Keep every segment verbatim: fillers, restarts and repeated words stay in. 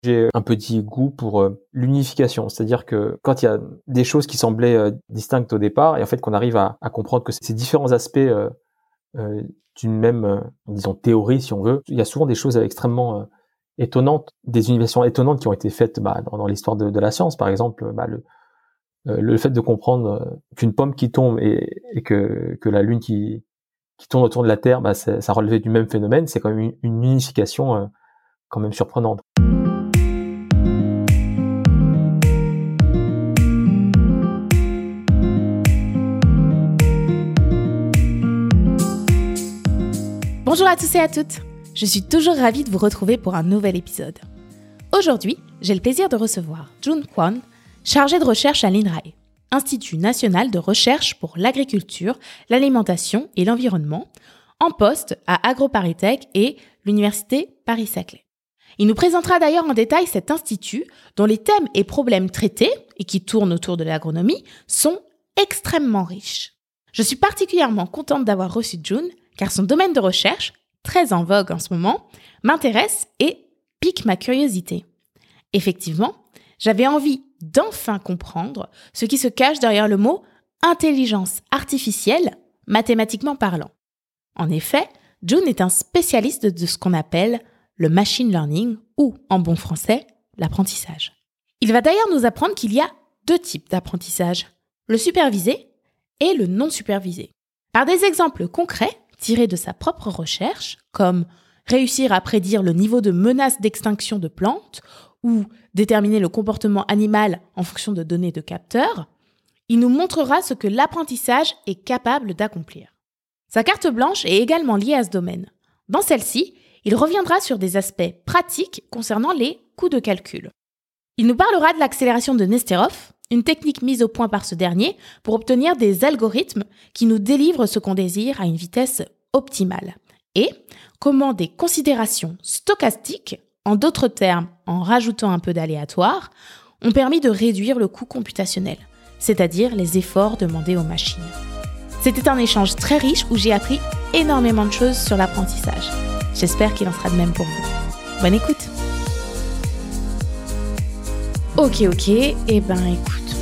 J'ai un petit goût pour euh, l'unification, c'est-à-dire que quand il y a des choses qui semblaient euh, distinctes au départ, et en fait qu'on arrive à, à comprendre que ces différents aspects euh, euh, d'une même, euh, disons, théorie, si on veut, il y a souvent des choses extrêmement euh, étonnantes, des innovations étonnantes qui ont été faites bah, dans, dans l'histoire de, de la science, par exemple, bah, le, euh, le fait de comprendre euh, qu'une pomme qui tombe et, et que, que la Lune qui, qui tourne autour de la Terre, bah, ça relevait du même phénomène, c'est quand même une, une unification euh, quand même surprenante. Bonjour à tous et à toutes, je suis toujours ravie de vous retrouver pour un nouvel épisode. Aujourd'hui, j'ai le plaisir de recevoir Jun Kwon, chargé de recherche à l'I N R A E, Institut national de recherche pour l'agriculture, l'alimentation et l'environnement, en poste à AgroParisTech et l'Université Paris-Saclay. Il nous présentera d'ailleurs en détail cet institut dont les thèmes et problèmes traités, et qui tournent autour de l'agronomie, sont extrêmement riches. Je suis particulièrement contente d'avoir reçu Jun, car son domaine de recherche, très en vogue en ce moment, m'intéresse et pique ma curiosité. Effectivement, j'avais envie d'enfin comprendre ce qui se cache derrière le mot « intelligence artificielle » mathématiquement parlant. En effet, Jun est un spécialiste de ce qu'on appelle le machine learning ou, en bon français, l'apprentissage. Il va d'ailleurs nous apprendre qu'il y a deux types d'apprentissage, le supervisé et le non supervisé. Par des exemples concrets, tiré de sa propre recherche, comme réussir à prédire le niveau de menace d'extinction de plantes ou déterminer le comportement animal en fonction de données de capteurs, il nous montrera ce que l'apprentissage est capable d'accomplir. Sa carte blanche est également liée à ce domaine. Dans celle-ci, il reviendra sur des aspects pratiques concernant les coûts de calcul. Il nous parlera de l'accélération de Nesterov, une technique mise au point par ce dernier pour obtenir des algorithmes qui nous délivrent ce qu'on désire à une vitesse optimale. Et comment des considérations stochastiques, en d'autres termes en rajoutant un peu d'aléatoire, ont permis de réduire le coût computationnel, c'est-à-dire les efforts demandés aux machines. C'était un échange très riche où j'ai appris énormément de choses sur l'apprentissage. J'espère qu'il en sera de même pour vous. Bonne écoute! Ok, ok, et eh ben écoute,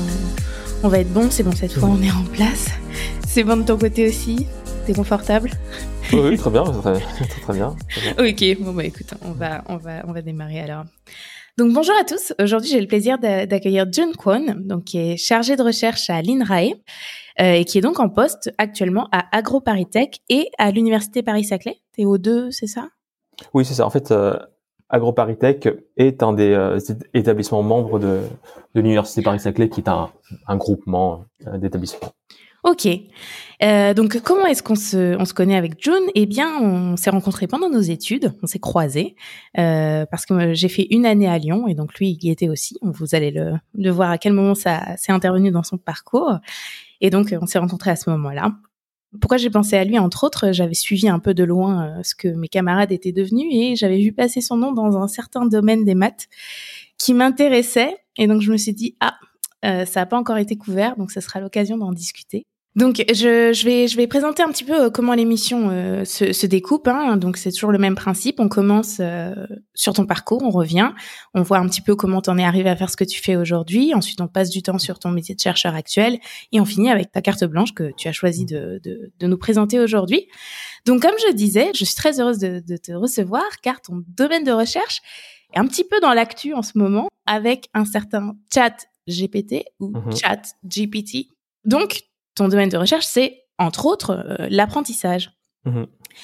on, on va être bon, c'est bon cette fois, on est en place. C'est bon de ton côté aussi? T'es confortable? Oui, oui, très bien, très, très, très bien. Très bien. Ok, bon bah écoute, on va, on va, on va démarrer alors. Donc bonjour à tous, aujourd'hui j'ai le plaisir d'accueillir Jun Kwon, donc qui est chargé de recherche à l'I N R A E euh, et qui est donc en poste actuellement à AgroParisTech et à l'Université Paris-Saclay. T'es aux deux, c'est ça? Oui, c'est ça. En fait, euh, AgroParisTech est un des euh, établissements membres de, de l'Université Paris-Saclay, qui est un, un groupement euh, d'établissements. Ok. Euh, donc, comment est-ce qu'on se, on se connaît avec Jun? Eh bien, on s'est rencontrés pendant nos études, on s'est croisés, euh, parce que j'ai fait une année à Lyon, et donc lui, il y était aussi. Vous allez le, le voir à quel moment ça s'est intervenu dans son parcours. Et donc, on s'est rencontrés à ce moment-là. Pourquoi j'ai pensé à lui? Entre autres, j'avais suivi un peu de loin euh, ce que mes camarades étaient devenus, et j'avais vu passer son nom dans un certain domaine des maths qui m'intéressait. Et donc, je me suis dit, ah, euh, ça n'a pas encore été couvert, donc ce sera l'occasion d'en discuter. Donc, je, je vais, je vais présenter un petit peu comment l'émission euh, se, se découpe. Hein. Donc, c'est toujours le même principe. On commence euh, sur ton parcours, on revient, on voit un petit peu comment t'en es arrivé à faire ce que tu fais aujourd'hui. Ensuite, on passe du temps sur ton métier de chercheur actuel et on finit avec ta carte blanche que tu as choisi de, de, de nous présenter aujourd'hui. Donc, comme je disais, je suis très heureuse de, de te recevoir car ton domaine de recherche est un petit peu dans l'actu en ce moment avec un certain chat G P T ou mm-hmm. chat G P T. Donc, ton domaine de recherche, c'est, entre autres, euh, l'apprentissage. Mmh.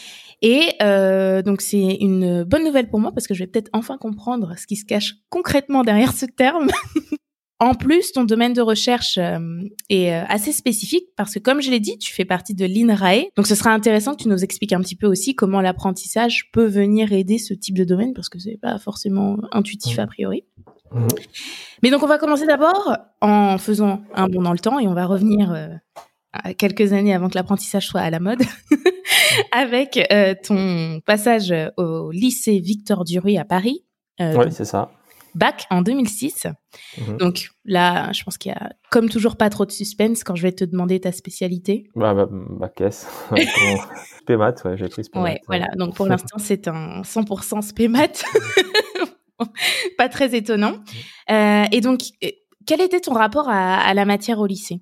Et euh, donc, c'est une bonne nouvelle pour moi parce que je vais peut-être enfin comprendre ce qui se cache concrètement derrière ce terme. En plus, ton domaine de recherche euh, est euh, assez spécifique parce que, comme je l'ai dit, tu fais partie de l'I N R A E. Donc, ce sera intéressant que tu nous expliques un petit peu aussi comment l'apprentissage peut venir aider ce type de domaine parce que c'est pas forcément intuitif mmh. a priori. Mmh. Mais donc, on va commencer d'abord en faisant un bond dans le temps et on va revenir euh, à quelques années avant que l'apprentissage soit à la mode avec euh, ton passage au lycée Victor Duruy à Paris. Euh, oui, c'est ça. Bac en deux mille six. Mmh. Donc là, je pense qu'il y a, comme toujours, pas trop de suspense quand je vais te demander ta spécialité. Bah, bah, bah caisse. Spé maths, ouais, j'ai pris spé maths. Ouais, voilà. Donc pour l'instant, c'est un cent pour cent spé maths. Pas très étonnant. Euh, et donc, quel était ton rapport à, à la matière au lycée?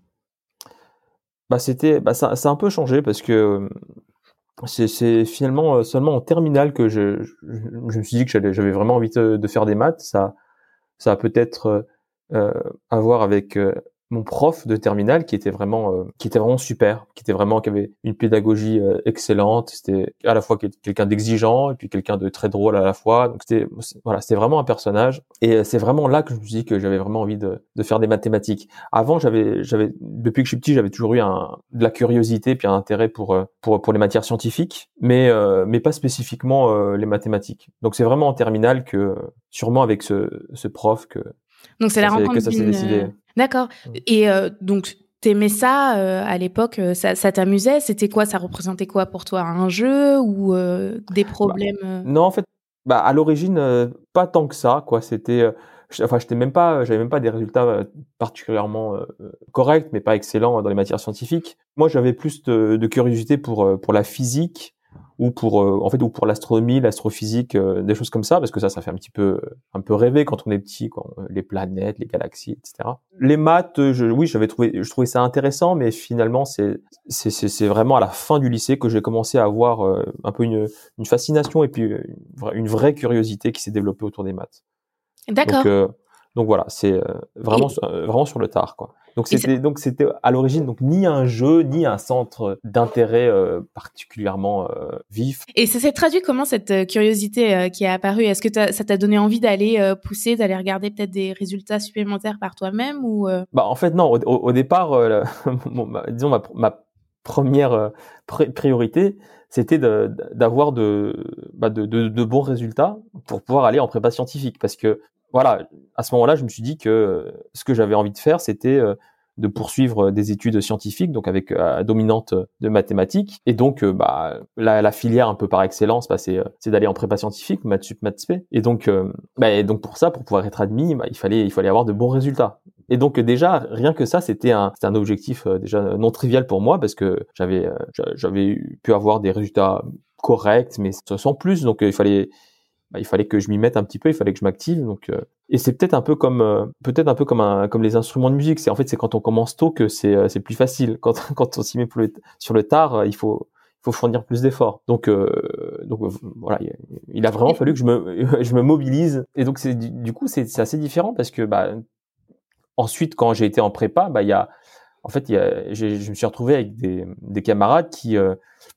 Bah, c'était, bah, ça, ça a un peu changé parce que c'est, c'est finalement seulement en terminale que je, je, je me suis dit que j'allais, j'avais vraiment envie de, de faire des maths. Ça, ça a peut-être euh, à voir avec euh, mon prof de terminale qui était vraiment, euh, qui était vraiment super, qui était vraiment, qui avait une pédagogie euh, excellente. C'était à la fois quel- quelqu'un d'exigeant et puis quelqu'un de très drôle à la fois. Donc c'était, voilà, c'était vraiment un personnage. Et c'est vraiment là que je me suis dit que j'avais vraiment envie de, de faire des mathématiques. Avant, j'avais, j'avais, depuis que je suis petit, j'avais toujours eu un, de la curiosité puis un intérêt pour, pour, pour les matières scientifiques, mais, euh, mais pas spécifiquement euh, les mathématiques. Donc c'est vraiment en terminale que, sûrement avec ce, ce prof que, donc c'est ça la s'est, rencontre que ça s'est d'une... décidé. D'accord. Et euh, donc, t'aimais ça euh, à l'époque, euh, ça, ça t'amusait? C'était quoi? Ça représentait quoi pour toi? Un jeu ou euh, des problèmes? Bah, non, en fait, bah, à l'origine, euh, pas tant que ça, quoi. C'était, euh, je- enfin, j'étais même pas, j'avais même pas des résultats euh, particulièrement euh, corrects, mais pas excellents dans les matières scientifiques. Moi, j'avais plus de, de curiosité pour euh, pour la physique ou pour, euh, en fait, ou pour l'astronomie, l'astrophysique, euh, des choses comme ça, parce que ça, ça fait un petit peu, un peu rêver quand on est petit, quoi. Les planètes, les galaxies, et cetera. Les maths, euh, je, oui, j'avais trouvé, je trouvais ça intéressant, mais finalement, c'est, c'est, c'est, c'est vraiment à la fin du lycée que j'ai commencé à avoir euh, un peu une, une fascination et puis une, vra- une vraie curiosité qui s'est développée autour des maths. D'accord. Donc, euh, donc voilà, c'est euh, vraiment, Et- euh, vraiment sur le tard, quoi. Donc Et ça- c'était, donc c'était à l'origine donc ni un jeu ni un centre d'intérêt euh, particulièrement euh, vif. Et ça s'est traduit comment, cette euh, curiosité euh, qui est apparue? Est-ce que t'as- ça t'a donné envie d'aller euh, pousser, d'aller regarder peut-être des résultats supplémentaires par toi-même ou euh... Bah en fait non, au, au, au départ, euh, la- bon, ma- disons ma, ma première euh, pré- priorité, c'était de, d'avoir de, bah, de, de, de bons résultats pour pouvoir aller en prépa scientifique, parce que voilà, à ce moment-là, je me suis dit que euh, ce que j'avais envie de faire, c'était euh, de poursuivre des études scientifiques, donc avec euh, à dominante de mathématiques, et donc euh, bah la, la filière un peu par excellence, bah, c'est, euh, c'est d'aller en prépa scientifique, maths sup, maths spé, et donc euh, bah, et donc pour ça, pour pouvoir être admis, bah, il fallait il fallait avoir de bons résultats. Et donc déjà rien que ça, c'était un c'était un objectif euh, déjà non trivial pour moi, parce que j'avais euh, j'avais pu avoir des résultats corrects, mais sans plus, donc euh, il fallait bah, il fallait que je m'y mette un petit peu, il fallait que je m'active. Donc, euh, et c'est peut-être un peu comme, euh, peut-être un peu comme un, comme les instruments de musique. C'est en fait, c'est quand on commence tôt que c'est, euh, c'est plus facile. Quand, quand on s'y met plus sur le tard, euh, il faut, il faut fournir plus d'efforts. Donc, euh, donc euh, voilà, il, il a vraiment fallu que je me, je me mobilise. Et donc, c'est du, du coup, c'est, c'est assez différent parce que, bah, ensuite, quand j'ai été en prépa, bah, il y a, en fait, il y a, j'ai, je me suis retrouvé avec des, des camarades qui, euh,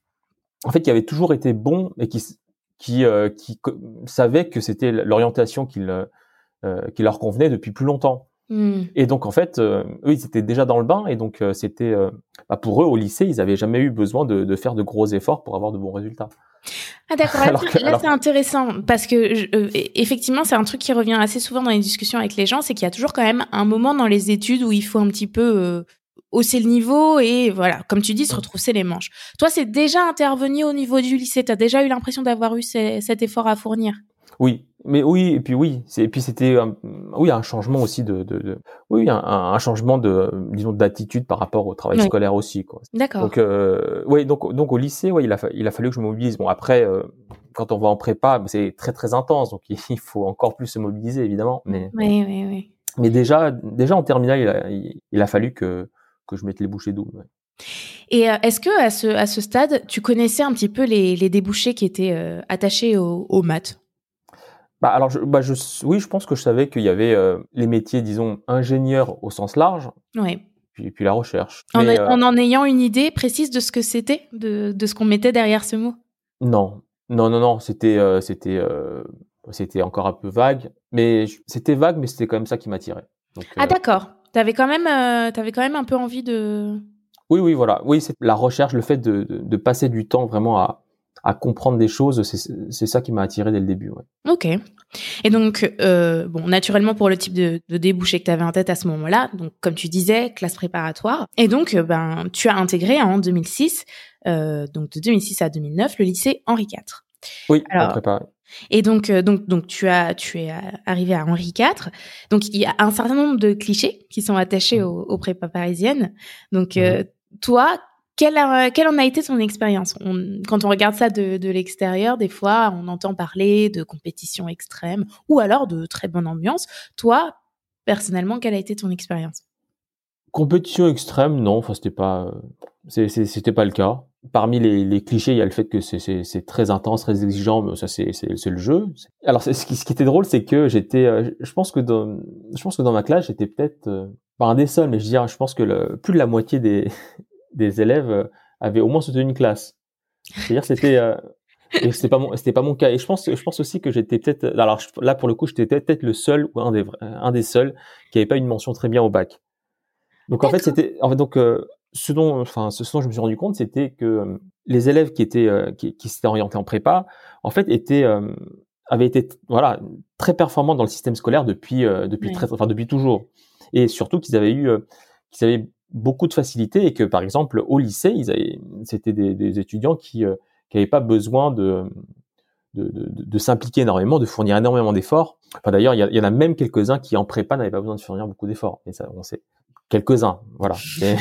en fait, qui avaient toujours été bons et qui qui, euh, qui co- savaient que c'était l'orientation qu'il, euh, qui leur convenait depuis plus longtemps. Hmm. Et donc en fait, euh, eux, ils étaient déjà dans le bain, et donc euh, c'était, euh, bah, pour eux au lycée, ils avaient jamais eu besoin de, de faire de gros efforts pour avoir de bons résultats. Ah d'accord, là, Alors que- là, alors- c'est intéressant parce que je- euh, effectivement c'est un truc qui revient assez souvent dans les discussions avec les gens, c'est qu'il y a toujours quand même un moment dans les études où il faut un petit peu euh, hausser le niveau et voilà, comme tu dis, se retrousser les manches. Toi, c'est déjà intervenu au niveau du lycée, t'as déjà eu l'impression d'avoir eu ces- cet effort à fournir? Oui, mais oui, et puis oui, c'est, et puis c'était, un, oui, un changement aussi de, de, de oui, un, un changement de, disons, d'attitude par rapport au travail Oui. scolaire aussi, quoi. D'accord. Donc, euh, oui, donc, donc au lycée, ouais, il a, fa- il a fallu que je me mobilise. Bon, après, euh, quand on va en prépa, c'est très très intense, donc il faut encore plus se mobiliser, évidemment. Mais, Oui, oui, oui. mais déjà, déjà en terminale, il a, il, il a fallu que que je mette les bouchées doubles. Ouais. Et euh, est-ce que à ce à ce stade, tu connaissais un petit peu les les débouchés qui étaient euh, attachés aux, aux maths? Bah alors, je, bah je, oui, je pense que je savais qu'il y avait euh, les métiers, disons, ingénieurs au sens large, Oui. puis, puis la recherche. En, Mais a- euh, en en ayant une idée précise de ce que c'était, de de ce qu'on mettait derrière ce mot? non, non, non, non, c'était, euh, c'était, euh, c'était encore un peu vague, mais je- c'était vague, mais c'était quand même ça qui m'attirait. Donc, Ah euh, d'accord. T'avais quand même euh, t'avais quand même un peu envie de... oui, oui, voilà, oui, c'est la recherche, le fait de, de, de passer du temps vraiment à, à comprendre des choses, c'est, c'est ça qui m'a attiré dès le début. Ouais. Ok. Et donc, euh, bon, naturellement pour le type de, de débouché que tu avais en tête à ce moment-là, donc comme tu disais, classe préparatoire. Et donc, euh, ben, tu as intégré en deux mille six, euh, donc de deux mille six à deux mille neuf, le lycée Henri quatre. Oui, Alors, en prépa. et donc, euh, donc, donc tu as, tu es arrivé à Henri quatre. Donc, il y a un certain nombre de clichés qui sont attachés Mmh. aux, aux prépas parisiennes. Donc, Mmh. euh, toi, Quelle, a, quelle en a été ton expérience? on, Quand on regarde ça de, de l'extérieur, des fois, on entend parler de compétition extrême ou alors de très bonne ambiance. Toi, personnellement, quelle a été ton expérience? Compétition extrême, non, enfin c'était pas, c'est, c'est, c'était pas le cas. Parmi les, les clichés, il y a le fait que c'est, c'est, c'est très intense, très exigeant, mais ça c'est, c'est, c'est le jeu. Alors c'est, ce qui, ce qui était drôle, c'est que j'étais, euh, je pense que dans, je pense que dans ma classe, j'étais peut-être euh, pas un des seuls, mais je dirais, je pense que le, plus de la moitié des des élèves euh, avaient au moins soutenu une classe. C'est-à-dire c'était euh, et c'était pas mon c'était pas mon cas. Et je pense je pense aussi que j'étais peut-être, alors je, là pour le coup j'étais peut-être le seul ou un des un des seuls qui avait pas une mention très bien au bac. Donc en fait D'accord. c'était en fait donc euh, ce dont enfin ce dont je me suis rendu compte, c'était que euh, les élèves qui étaient euh, qui, qui s'étaient orientés en prépa en fait étaient euh, avaient été voilà très performants dans le système scolaire depuis euh, depuis Ouais. très enfin depuis toujours, et surtout qu'ils avaient eu euh, qu'ils avaient beaucoup de facilité, et que par exemple au lycée ils avaient c'était des, des étudiants qui euh, qui n'avaient pas besoin de de, de, de s'impliquer énormément, de fournir énormément d'efforts. Enfin d'ailleurs il y, a, il y en a même quelques-uns qui en prépa n'avaient pas besoin de fournir beaucoup d'efforts, mais ça on sait quelques-uns, voilà. Et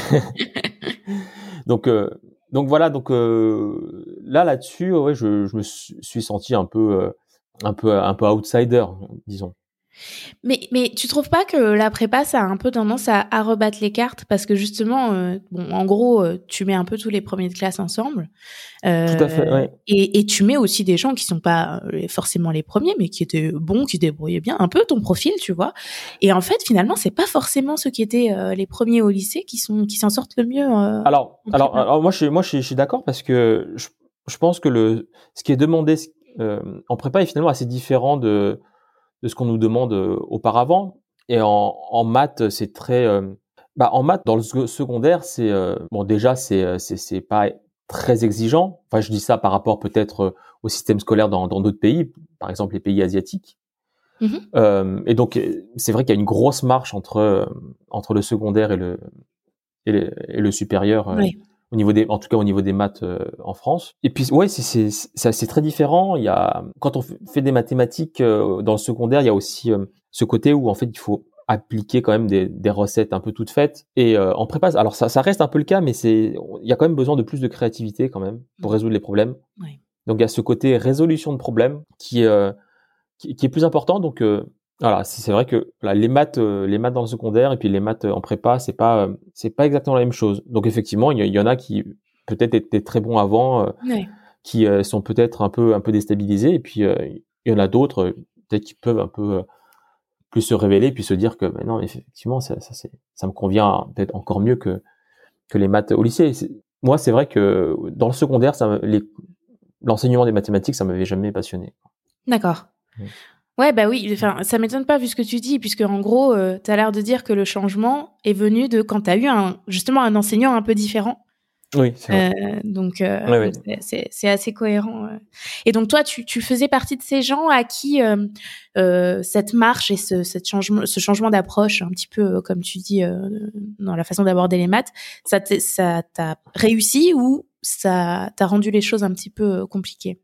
donc euh, donc voilà, donc euh, là là-dessus ouais je, je me suis senti un peu euh, un peu un peu outsider, disons. Mais, mais tu trouves pas que la prépa, ça a un peu tendance à, à rebattre les cartes parce que justement, euh, bon, en gros, euh, tu mets un peu tous les premiers de classe ensemble Tout à fait, euh, ouais. et, et tu mets aussi des gens qui sont pas euh, forcément les premiers, mais qui étaient bons, qui se débrouillaient bien, un peu ton profil, tu vois. Et en fait, finalement, c'est pas forcément ceux qui étaient euh, les premiers au lycée qui sont qui s'en sortent le mieux. Euh, Alors, en alors, prépa. alors moi, je suis, moi, je suis, je suis d'accord, parce que je, je pense que le, ce qui est demandé euh, en prépa est finalement assez différent de, de ce qu'on nous demande euh, auparavant. Et en, en maths, c'est très, euh, bah, en maths, dans le sec- secondaire, c'est, euh, bon, déjà, c'est, euh, c'est, c'est pas très exigeant. Enfin, je dis ça par rapport peut-être euh, au système scolaire dans, dans d'autres pays, par exemple les pays asiatiques. Mhm. Euh, et donc, euh, c'est vrai qu'il y a une grosse marche entre, euh, entre le secondaire et le, et le, et le supérieur, euh, Ouais. au niveau des, en tout cas au niveau des maths euh, en France. Et puis ouais, c'est c'est c'est c'est très différent. Il y a, quand on fait des mathématiques euh, dans le secondaire, il y a aussi euh, ce côté où en fait il faut appliquer quand même des, des recettes un peu toutes faites. Et euh, en prépa, alors ça ça reste un peu le cas, mais c'est, il y a quand même besoin de plus de créativité quand même pour résoudre les problèmes. Ouais. Donc il y a ce côté résolution de problèmes qui est euh, qui, qui est plus important. Donc euh, voilà, c'est c'est vrai que voilà, les maths, euh, les maths dans le secondaire et puis les maths en prépa, c'est pas, euh, c'est pas exactement la même chose. Donc effectivement, il y, il y en a qui peut-être étaient très bons avant, euh, Ouais. qui euh, sont peut-être un peu, un peu déstabilisés, et puis euh, il y en a d'autres euh, peut-être qui peuvent un peu euh, plus se révéler, puis se dire que ben non, effectivement, ça, ça, c'est, ça me convient peut-être encore mieux que que les maths au lycée. C'est, moi, c'est vrai que dans le secondaire, ça, me- les, l'enseignement des mathématiques, ça m'avait jamais passionné. D'accord. Mm. Ouais, bah oui, enfin, ça m'étonne pas vu ce que tu dis, puisque en gros, euh, tu as l'air de dire que le changement est venu de quand tu as eu un, justement un enseignant un peu différent. Oui, c'est vrai. Euh, donc, euh, Oui, donc oui. c'est, c'est, c'est assez cohérent. euh. Et donc toi, tu, tu faisais partie de ces gens à qui euh, euh, cette marche et ce, cette changement, ce changement d'approche, un petit peu euh, comme tu dis euh, dans la façon d'aborder les maths, ça, t'est- ça t'a réussi ou ça t'a rendu les choses un petit peu euh, compliquées?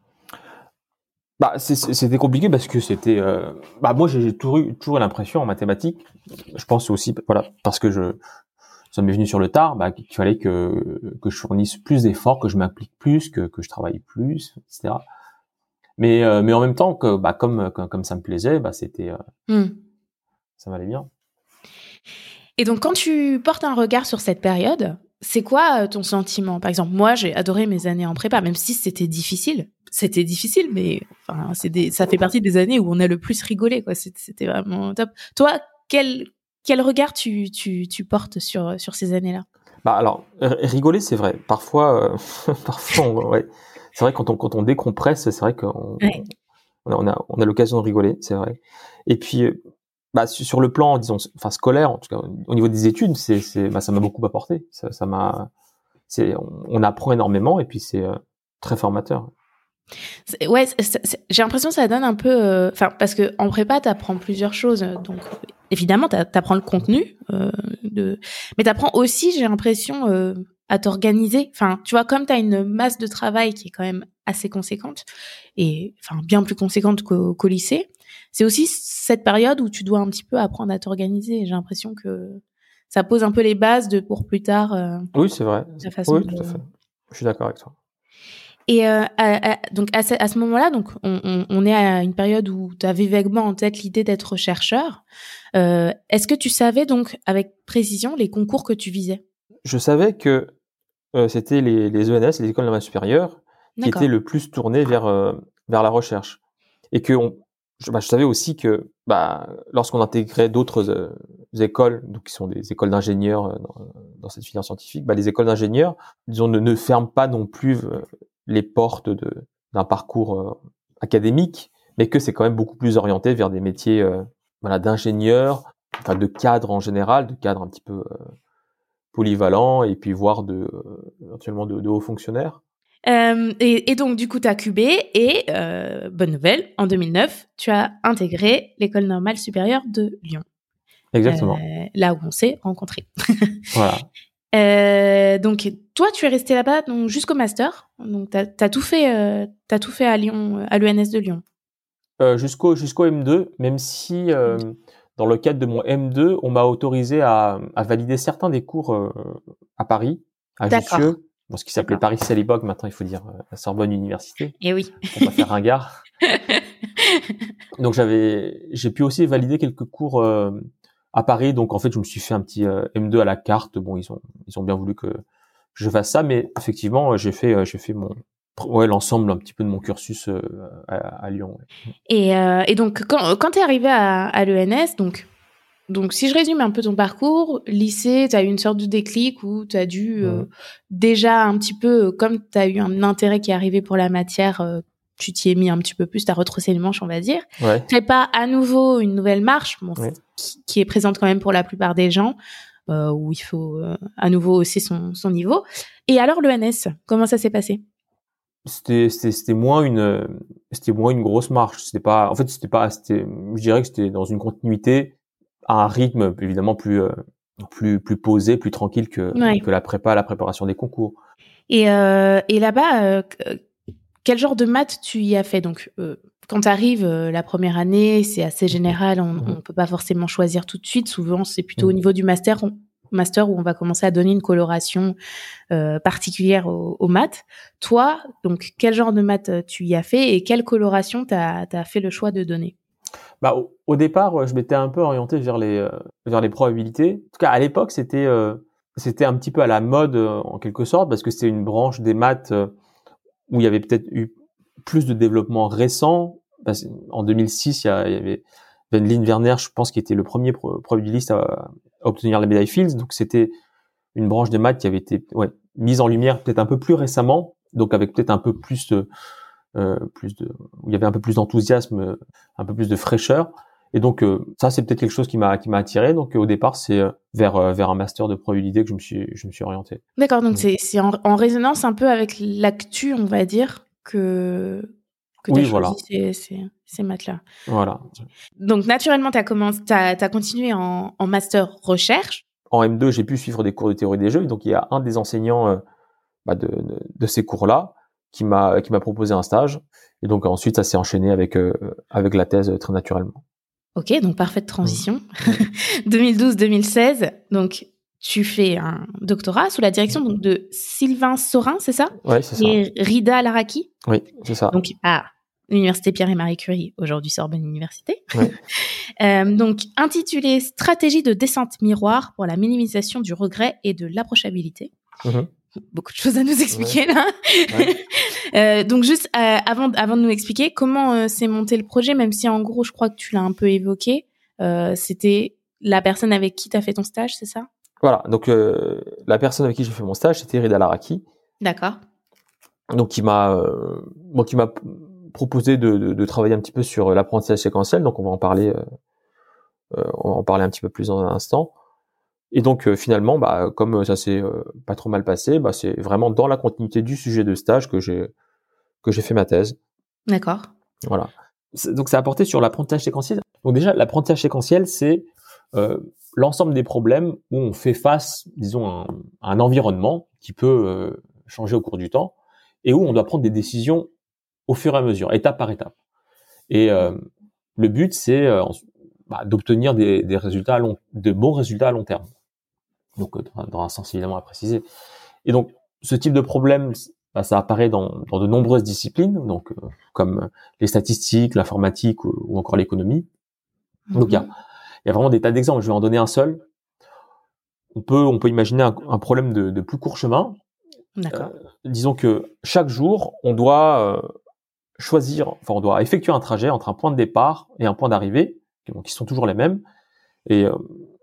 Bah, c'est- c'est- c'était compliqué parce que c'était, euh, bah, moi j'ai toujours eu, toujours eu l'impression en mathématiques, je pense aussi, voilà, parce que je, ça m'est venu sur le tard, bah, qu'il fallait que, que je fournisse plus d'efforts, que je m'implique plus, que, que je travaille plus, et cetera. Mais, euh, mais en même temps, que, bah, comme, comme, comme ça me plaisait, bah, c'était, euh, Hmm. ça m'allait bien. Et donc, quand tu portes un regard sur cette période, c'est quoi euh, ton sentiment? Par exemple, moi, j'ai adoré mes années en prépa, même si c'était difficile. C'était difficile, mais enfin, c'est des, ça fait partie des années où on a le plus rigolé, quoi. C'était c'était vraiment top. Toi, quel, quel regard tu, tu, tu portes sur, sur ces années-là? Bah, alors, r- rigoler, c'est vrai. Parfois, euh, parfois, on- ouais. C'est vrai, quand on, quand on décompresse, c'est vrai qu'on, Ouais. on a, on a, on a l'occasion de rigoler, c'est vrai. Et puis, euh, bah, su- sur le plan, disons, enfin, scolaire, en tout cas, au niveau des études, c'est, c'est, bah, ça m'a beaucoup apporté. Ça, ça m'a, c'est, on, on apprend énormément, et puis c'est euh, très formateur. C'est- Ouais, c'est- c'est- c'est- j'ai l'impression que ça donne un peu, euh, enfin, parce que en prépa, t'apprends plusieurs choses. Donc, évidemment, t'a- t'apprends le contenu, euh, de, mais t'apprends aussi, j'ai l'impression, euh, à t'organiser. Enfin, tu vois, comme t'as une masse de travail qui est quand même assez conséquente et, enfin, bien plus conséquente qu'au, qu'au lycée. C'est aussi cette période où tu dois un petit peu apprendre à t'organiser. J'ai l'impression que ça pose un peu les bases de pour plus tard. Euh, oui, c'est vrai. La façon oui, de... tout à fait. Je suis d'accord avec toi. Et euh, à, à, donc à ce, à ce moment-là, donc on, on, on est à une période où tu avais vaguement en tête l'idée d'être chercheur. Euh, est-ce que tu savais donc avec précision les concours que tu visais? Je savais que euh, c'était les, les E N S, les écoles normales supérieures, qui D'accord. étaient le plus tournées vers euh, vers la recherche. Et que on, je, bah, je savais aussi que bah, lorsqu'on intégrait d'autres euh, écoles, donc qui sont des écoles d'ingénieurs euh, dans, dans cette filière scientifique, bah, les écoles d'ingénieurs, disons, ne, ne ferment pas non plus euh, les portes de d'un parcours euh, académique, mais que c'est quand même beaucoup plus orienté vers des métiers euh, voilà, d'ingénieurs, enfin de cadres en général, de cadres un petit peu euh, polyvalents, et puis voire de euh, éventuellement de, de hauts fonctionnaires. Euh, et, et donc, du coup, tu as Q B et, euh, bonne nouvelle, en deux mille neuf, tu as intégré l'École normale supérieure de Lyon. Exactement. Euh, là où on s'est rencontrés. Voilà. Euh, donc, toi, tu es resté là-bas donc, jusqu'au master. Donc, tu as tout fait, euh, t'as tout fait à Lyon, à l'E N S de Lyon. Euh, jusqu'au, jusqu'au M deux, même si euh, dans le cadre de mon M deux, on m'a autorisé à, à valider certains des cours euh, à Paris, à D'accord. Jussieu, bon, ce qui s'appelait Paris à l'époque, maintenant il faut dire euh, la Sorbonne Université. Et oui. Pour pas faire ringard. Donc j'avais, j'ai pu aussi valider quelques cours euh, à Paris. Donc en fait, je me suis fait un petit euh, M deux à la carte. Bon, ils ont, ils ont bien voulu que je fasse ça, mais effectivement, j'ai fait, euh, j'ai fait mon, ouais, l'ensemble un petit peu de mon cursus euh, à, à Lyon. Ouais. Et, euh, et donc quand, quand t'es arrivé à, à l'E N S, donc Donc, si je résume un peu ton parcours, lycée, tu as eu une sorte de déclic où tu as dû euh, mmh. déjà un petit peu, comme tu as eu un intérêt qui est arrivé pour la matière, euh, tu t'y es mis un petit peu plus, tu as retroussé les manches, on va dire. Ouais. Prépa à nouveau une nouvelle marche, bon, ouais. qui, qui est présente quand même pour la plupart des gens, euh, où il faut euh, à nouveau hausser son, son niveau. Et alors, l'E N S, comment ça s'est passé ? C'était, c'était, c'était moins une, c'était moins une grosse marche. C'était pas, en fait, c'était pas, c'était, je dirais que c'était dans une continuité, à un rythme évidemment plus euh, plus plus posé, plus tranquille que ouais. que la prépa, la préparation des concours. Et euh, et là-bas, euh, quel genre de maths tu y as fait? Donc euh, quand tu arrives euh, la première année, c'est assez général, on, mmh. on peut pas forcément choisir tout de suite. Souvent, c'est plutôt mmh. au niveau du master, on, master où on va commencer à donner une coloration euh, particulière aux, aux maths. Toi, donc quel genre de maths tu y as fait et quelle coloration t'as t'as fait le choix de donner? Bah, au, au départ, je m'étais un peu orienté vers les euh, vers les probabilités. En tout cas, à l'époque, c'était euh, c'était un petit peu à la mode euh, en quelque sorte parce que c'était une branche des maths euh, où il y avait peut-être eu plus de développement récent. Parce en deux mille six, il y, a, il y avait Wendling Werner, je pense, qui était le premier pro- probabiliste à, à obtenir la médaille Fields. Donc, c'était une branche des maths qui avait été ouais, mise en lumière peut-être un peu plus récemment, donc avec peut-être un peu plus de Euh, plus de, où il y avait un peu plus d'enthousiasme, euh, un peu plus de fraîcheur. Et donc euh, ça, c'est peut-être quelque chose qui m'a qui m'a attiré. Donc euh, au départ, c'est euh, vers euh, vers un master de probabilité que je me suis je me suis orienté. D'accord, donc mmh. c'est c'est en, en résonance un peu avec l'actu, on va dire, que que tu as oui, choisi voilà. ces ces ces maths-là. Voilà. Donc naturellement, tu as commencé t'as t'as continué en en master recherche. En M deux, j'ai pu suivre des cours de théorie des jeux. Donc il y a un des enseignants euh, bah, de, de de ces cours-là qui m'a qui m'a proposé un stage. Et donc ensuite, ça s'est enchaîné avec euh, avec la thèse euh, très naturellement. Ok, donc parfaite transition. Mmh. deux mille douze deux mille seize, donc tu fais un doctorat sous la direction donc, de Sylvain Saurin, c'est ça? Oui, c'est ça. Et Rida Laraki? Oui, c'est ça. Donc à l'Université Pierre et Marie Curie, aujourd'hui Sorbonne Université. Oui. euh, donc intitulé Stratégie de descente miroir pour la minimisation du regret et de l'approchabilité. Mmh. Beaucoup de choses à nous expliquer ouais. là. Ouais. euh, donc juste euh, avant avant de nous expliquer comment euh, s'est monté le projet, même si en gros je crois que tu l'as un peu évoqué, euh, c'était la personne avec qui tu as fait ton stage, c'est ça? Voilà, donc euh, la personne avec qui j'ai fait mon stage, c'était Rida Laraki. D'accord. Donc qui m'a euh, bon, qui m'a proposé de, de, de travailler un petit peu sur l'apprentissage séquentiel. Donc on va en parler euh, euh, on va en parler un petit peu plus dans un instant. Et donc euh, finalement, bah, comme ça s'est euh, pas trop mal passé, bah, c'est vraiment dans la continuité du sujet de stage que j'ai que j'ai fait ma thèse. D'accord. Voilà. C'est, donc ça a porté sur l'apprentissage séquentiel. Donc déjà, l'apprentissage séquentiel, c'est euh, l'ensemble des problèmes où on fait face, disons, à un, à un environnement qui peut euh, changer au cours du temps et où on doit prendre des décisions au fur et à mesure, étape par étape. Et euh, le but, c'est euh, bah, d'obtenir des, des résultats à long, de bons résultats à long terme. Donc, dans, dans un sens évidemment à préciser. Et donc, ce type de problème, bah, ça apparaît dans, dans de nombreuses disciplines, donc euh, comme les statistiques, l'informatique ou, ou encore l'économie. Mm-hmm. Donc, il y a, il y a vraiment des tas d'exemples. Je vais en donner un seul. On peut, on peut imaginer un, un problème de, de plus court chemin. D'accord. Euh, disons que chaque jour, on doit euh, choisir, enfin, on doit effectuer un trajet entre un point de départ et un point d'arrivée, qui, bon, qui sont toujours les mêmes. Et euh,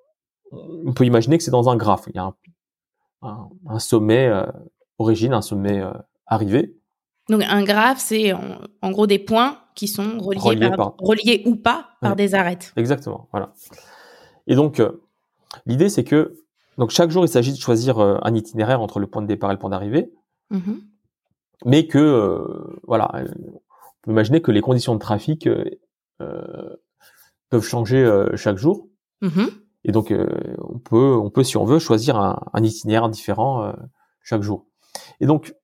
on peut imaginer que c'est dans un graphe. Il y a un, un, un sommet euh, origine, un sommet euh, arrivée. Donc un graphe, c'est en, en gros des points qui sont reliés, reliés, par, par... reliés ou pas par ouais. des arêtes. Exactement, voilà. Et donc, euh, l'idée, c'est que donc chaque jour, il s'agit de choisir euh, un itinéraire entre le point de départ et le point d'arrivée, mm-hmm. mais que, euh, voilà, on peut imaginer que les conditions de trafic euh, euh, peuvent changer euh, chaque jour. Mm-hmm. Et donc, euh, on peut, on peut, si on veut, choisir un, un itinéraire différent euh, chaque jour. Et donc,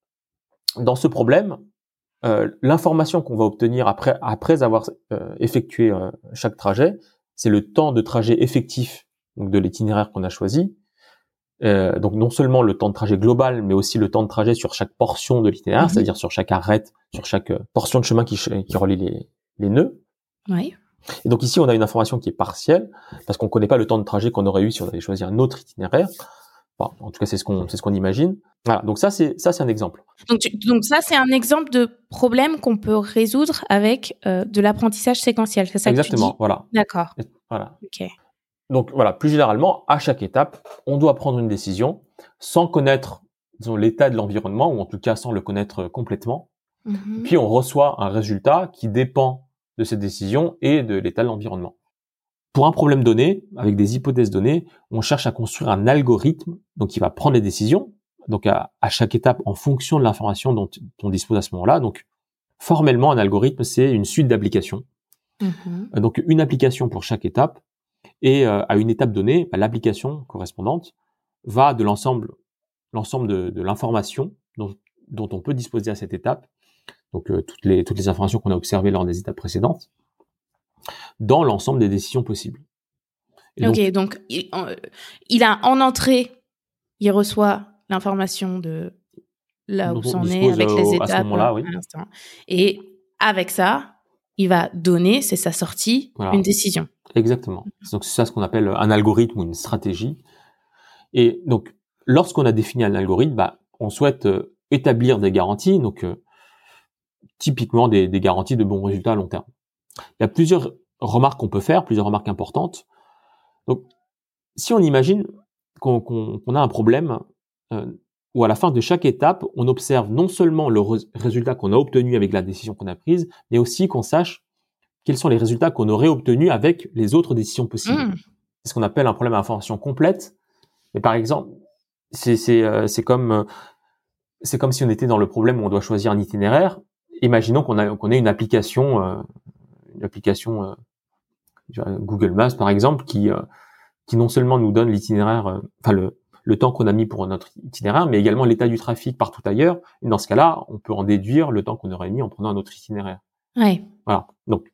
dans ce problème, euh, l'information qu'on va obtenir après, après avoir euh, effectué euh, chaque trajet, c'est le temps de trajet effectif donc de l'itinéraire qu'on a choisi. Euh, donc, non seulement le temps de trajet global, mais aussi le temps de trajet sur chaque portion de l'itinéraire, mm-hmm. c'est-à-dire sur chaque arête, sur chaque portion de chemin qui, qui relie les, les nœuds. Oui. Et donc ici, on a une information qui est partielle, parce qu'on ne connaît pas le temps de trajet qu'on aurait eu si on avait choisi un autre itinéraire. Bon, en tout cas, c'est ce qu'on, c'est ce qu'on imagine. Voilà. Donc ça, c'est ça, c'est un exemple. Donc, tu, donc ça, c'est un exemple de problème qu'on peut résoudre avec euh, de l'apprentissage séquentiel. C'est ça Exactement. Que tu dis ? Voilà. D'accord. Et, voilà. Ok. Donc voilà. Plus généralement, à chaque étape, on doit prendre une décision sans connaître, disons, l'état de l'environnement, ou en tout cas sans le connaître complètement. Mm-hmm. Puis on reçoit un résultat qui dépend de cette décision et de l'état de l'environnement. Pour un problème donné, avec des hypothèses données, on cherche à construire un algorithme, donc qui va prendre les décisions, donc à, à chaque étape en fonction de l'information dont, dont on dispose à ce moment-là. Donc, formellement, un algorithme, c'est une suite d'applications. Mm-hmm. Donc, une application pour chaque étape, et euh, à une étape donnée, bah, l'application correspondante va de l'ensemble, l'ensemble de, de l'information dont, dont on peut disposer à cette étape, donc euh, toutes les toutes les informations qu'on a observées lors des étapes précédentes, dans l'ensemble des décisions possibles. Et ok, donc, donc il, euh, il a en entrée, il reçoit l'information de là où c'en est avec euh, les étapes à, ce moment-là, oui. à l'instant. Et avec ça, il va donner, c'est sa sortie, voilà. Une décision. Exactement. Donc c'est ça ce qu'on appelle un algorithme ou une stratégie. Et donc, lorsqu'on a défini un algorithme, bah, on souhaite euh, établir des garanties, donc euh, typiquement des, des garanties de bons résultats à long terme. Il y a plusieurs remarques qu'on peut faire, plusieurs remarques importantes. Donc, si on imagine qu'on, qu'on, qu'on a un problème euh, où à la fin de chaque étape, on observe non seulement le re- résultat qu'on a obtenu avec la décision qu'on a prise, mais aussi qu'on sache quels sont les résultats qu'on aurait obtenus avec les autres décisions possibles. Mmh. C'est ce qu'on appelle un problème à information complète. Mais par exemple, c'est, c'est, euh, c'est comme euh, c'est comme si on était dans le problème où on doit choisir un itinéraire. Imaginons qu'on a qu'on ait une application, euh, une application euh, Google Maps par exemple, qui euh, qui non seulement nous donne l'itinéraire, euh, enfin le le temps qu'on a mis pour notre itinéraire, mais également l'état du trafic partout ailleurs. Et dans ce cas-là, on peut en déduire le temps qu'on aurait mis en prenant un autre itinéraire. Ouais. Voilà. Donc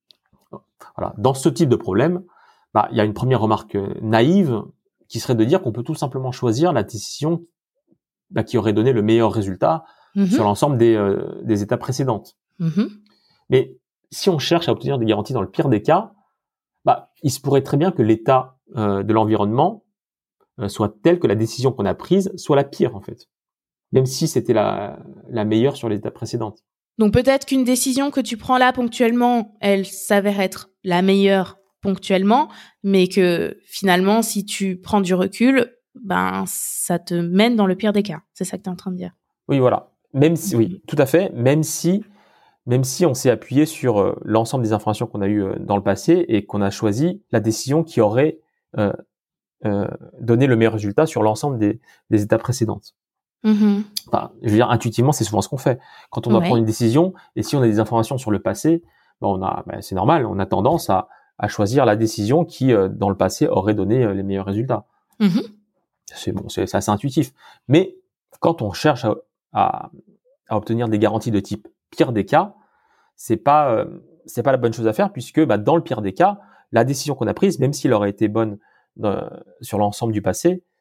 voilà, dans ce type de problème, bah il y a une première remarque naïve qui serait de dire qu'on peut tout simplement choisir la décision bah, qui aurait donné le meilleur résultat mmh. sur l'ensemble des, euh, des étapes précédentes. Mmh. Mais si on cherche à obtenir des garanties dans le pire des cas, bah, il se pourrait très bien que l'état euh, de l'environnement euh, soit tel que la décision qu'on a prise soit la pire, en fait. Même si c'était la, la meilleure sur les étapes précédentes. Donc peut-être qu'une décision que tu prends là ponctuellement, elle s'avère être la meilleure ponctuellement, mais que finalement, si tu prends du recul, ben ça te mène dans le pire des cas. C'est ça que tu es en train de dire. Oui, voilà. Même si, oui, tout à fait. Même si, même si on s'est appuyé sur euh, l'ensemble des informations qu'on a eues euh, dans le passé et qu'on a choisi la décision qui aurait euh, euh, donné le meilleur résultat sur l'ensemble des, des étapes précédentes. Mm-hmm. Enfin, je veux dire, intuitivement, c'est souvent ce qu'on fait. Quand on doit ouais. prendre une décision, et si on a des informations sur le passé, ben on a, ben c'est normal, on a tendance à, à choisir la décision qui, euh, dans le passé, aurait donné euh, les meilleurs résultats. Mm-hmm. C'est bon, c'est, c'est assez intuitif. Mais quand on cherche à, à, à obtenir des garanties de type pire des cas, c'est pas, euh, c'est pas la bonne chose à faire puisque, bah, dans le pire des cas, la décision qu'on a prise, même si elle aurait été bonne dans, sur l'ensemble du passé,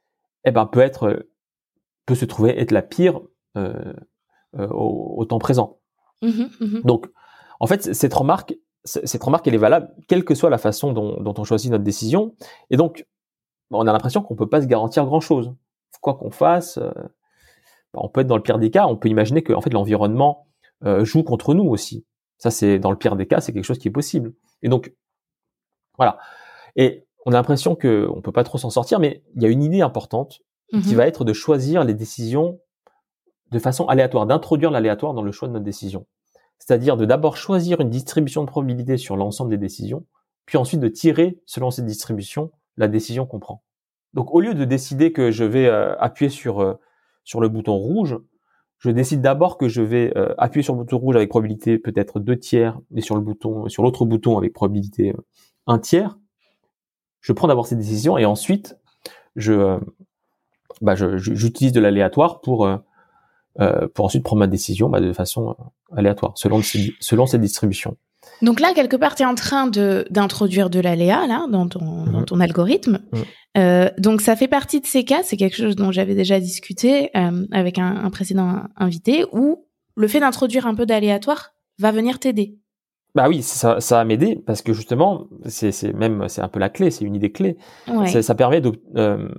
eh ben peut être peut se trouver être la pire euh, euh, au, au temps présent. Mmh, mmh. Donc, en fait, cette remarque, cette remarque, elle est valable quelle que soit la façon dont, dont on choisit notre décision. Et donc, on a l'impression qu'on peut pas se garantir grand-chose. Quoi qu'on fasse, euh, on peut être dans le pire des cas. On peut imaginer que en fait l'environnement euh, joue contre nous aussi. Ça, c'est dans le pire des cas, c'est quelque chose qui est possible. Et donc, voilà. Et on a l'impression que on peut pas trop s'en sortir, mais il y a une idée importante Mmh. qui va être de choisir les décisions de façon aléatoire, d'introduire l'aléatoire dans le choix de notre décision. C'est-à-dire de d'abord choisir une distribution de probabilité sur l'ensemble des décisions, puis ensuite de tirer, selon cette distribution, la décision qu'on prend. Donc, au lieu de décider que je vais euh, appuyer sur euh, sur le bouton rouge, je décide d'abord que je vais euh, appuyer sur le bouton rouge avec probabilité peut-être deux tiers, et sur le bouton, sur l'autre bouton avec probabilité euh, un tiers. Je prends d'abord cette décision et ensuite je, euh, bah, je, je j'utilise de l'aléatoire pour euh, euh, pour ensuite prendre ma décision bah, de façon euh, aléatoire, selon selon cette distribution. Donc là, quelque part, tu es en train de d'introduire de l'aléa là dans ton mmh. dans ton algorithme. Mmh. Euh, donc ça fait partie de ces cas. C'est quelque chose dont j'avais déjà discuté euh, avec un, un précédent invité, où le fait d'introduire un peu d'aléatoire va venir t'aider. Bah oui, ça, ça va m'aider parce que justement, c'est, c'est même, c'est un peu la clé, c'est une idée clé. Ouais. Ça, ça permet de, euh,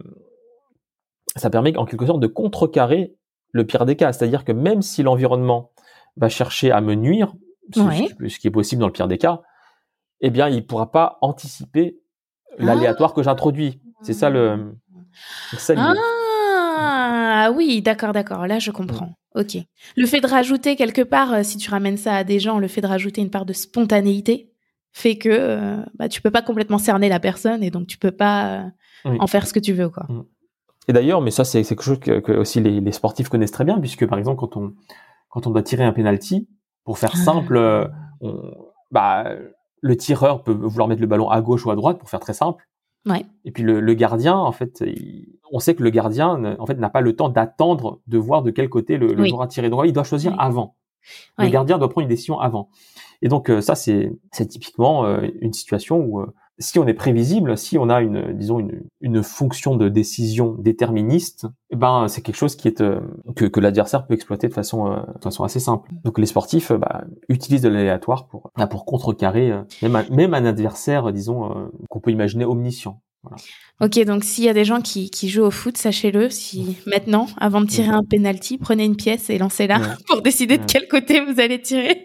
ça permet en quelque sorte de contrecarrer le pire des cas. C'est-à-dire que même si l'environnement va chercher à me nuire, ouais. ce, ce qui est possible dans le pire des cas, eh bien, il pourra pas anticiper l'aléatoire ah. que j'introduis. C'est ça le, c'est ça l'idée. Ah oui, d'accord, d'accord. Là, je comprends. Mmh. Ok. Le fait de rajouter quelque part, euh, si tu ramènes ça à des gens, le fait de rajouter une part de spontanéité fait que euh, bah, tu peux pas complètement cerner la personne et donc tu peux pas euh, oui. en faire ce que tu veux, quoi. Et d'ailleurs, mais ça c'est, c'est quelque chose que, que aussi les, les sportifs connaissent très bien, puisque par exemple quand on quand on doit tirer un penalty, pour faire simple, euh, on, bah le tireur peut vouloir mettre le ballon à gauche ou à droite pour faire très simple. Ouais. Et puis le, le gardien, en fait, il, on sait que le gardien, en fait, n'a pas le temps d'attendre de voir de quel côté le, le oui. joueur a tiré. Donc il doit choisir oui. avant. Le oui. gardien doit prendre une décision avant. Et donc euh, ça, c'est, c'est typiquement euh, une situation où euh, si on est prévisible, si on a une, disons une, une fonction de décision déterministe, eh ben c'est quelque chose qui est euh, que, que l'adversaire peut exploiter de façon, euh, de façon assez simple. Donc les sportifs euh, bah, utilisent de l'aléatoire pour, bah, pour contrecarrer euh, même, un, même un adversaire, disons euh, qu'on peut imaginer omniscient. Voilà. Ok, donc s'il y a des gens qui, qui jouent au foot, sachez-le, si maintenant, avant de tirer un penalty, prenez une pièce et lancez-la ouais. pour décider ouais. de quel côté vous allez tirer.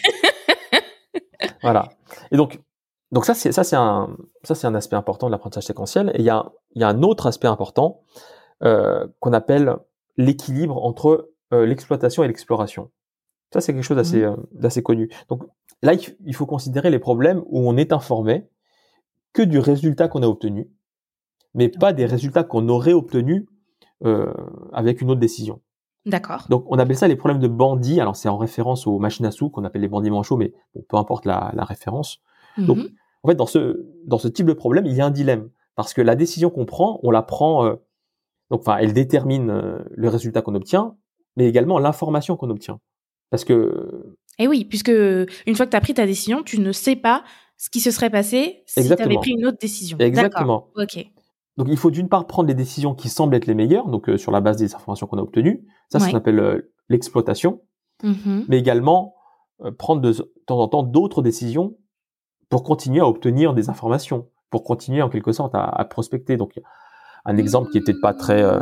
Voilà. Voilà. Et donc, donc ça c'est ça c'est un ça c'est un aspect important de l'apprentissage séquentiel. Et il y a il y a un autre aspect important euh, qu'on appelle l'équilibre entre euh, l'exploitation et l'exploration. Ça c'est quelque chose d'assez mmh. euh, d'assez connu. Donc là il faut considérer les problèmes où on est informé que du résultat qu'on a obtenu, mais pas des résultats qu'on aurait obtenus euh, avec une autre décision. D'accord. Donc, on appelle ça les problèmes de bandit. Alors, c'est en référence aux machines à sous qu'on appelle les bandits manchots, mais bon, peu importe la, la référence. Mm-hmm. Donc, en fait, dans ce dans ce type de problème, il y a un dilemme parce que la décision qu'on prend, on la prend. Euh, donc, enfin, elle détermine euh, le résultat qu'on obtient, mais également l'information qu'on obtient. Parce que. Et oui, puisque une fois que tu as pris ta décision, tu ne sais pas ce qui se serait passé si tu avais pris une autre décision. Exactement. D'accord. Ok. Donc, il faut d'une part prendre les décisions qui semblent être les meilleures, donc euh, sur la base des informations qu'on a obtenues. Ça, ouais. ça s'appelle euh, l'exploitation. Mm-hmm. Mais également euh, prendre de, de temps en temps d'autres décisions pour continuer à obtenir des informations, pour continuer en quelque sorte à, à prospecter. Donc, un exemple qui est peut-être pas très, euh,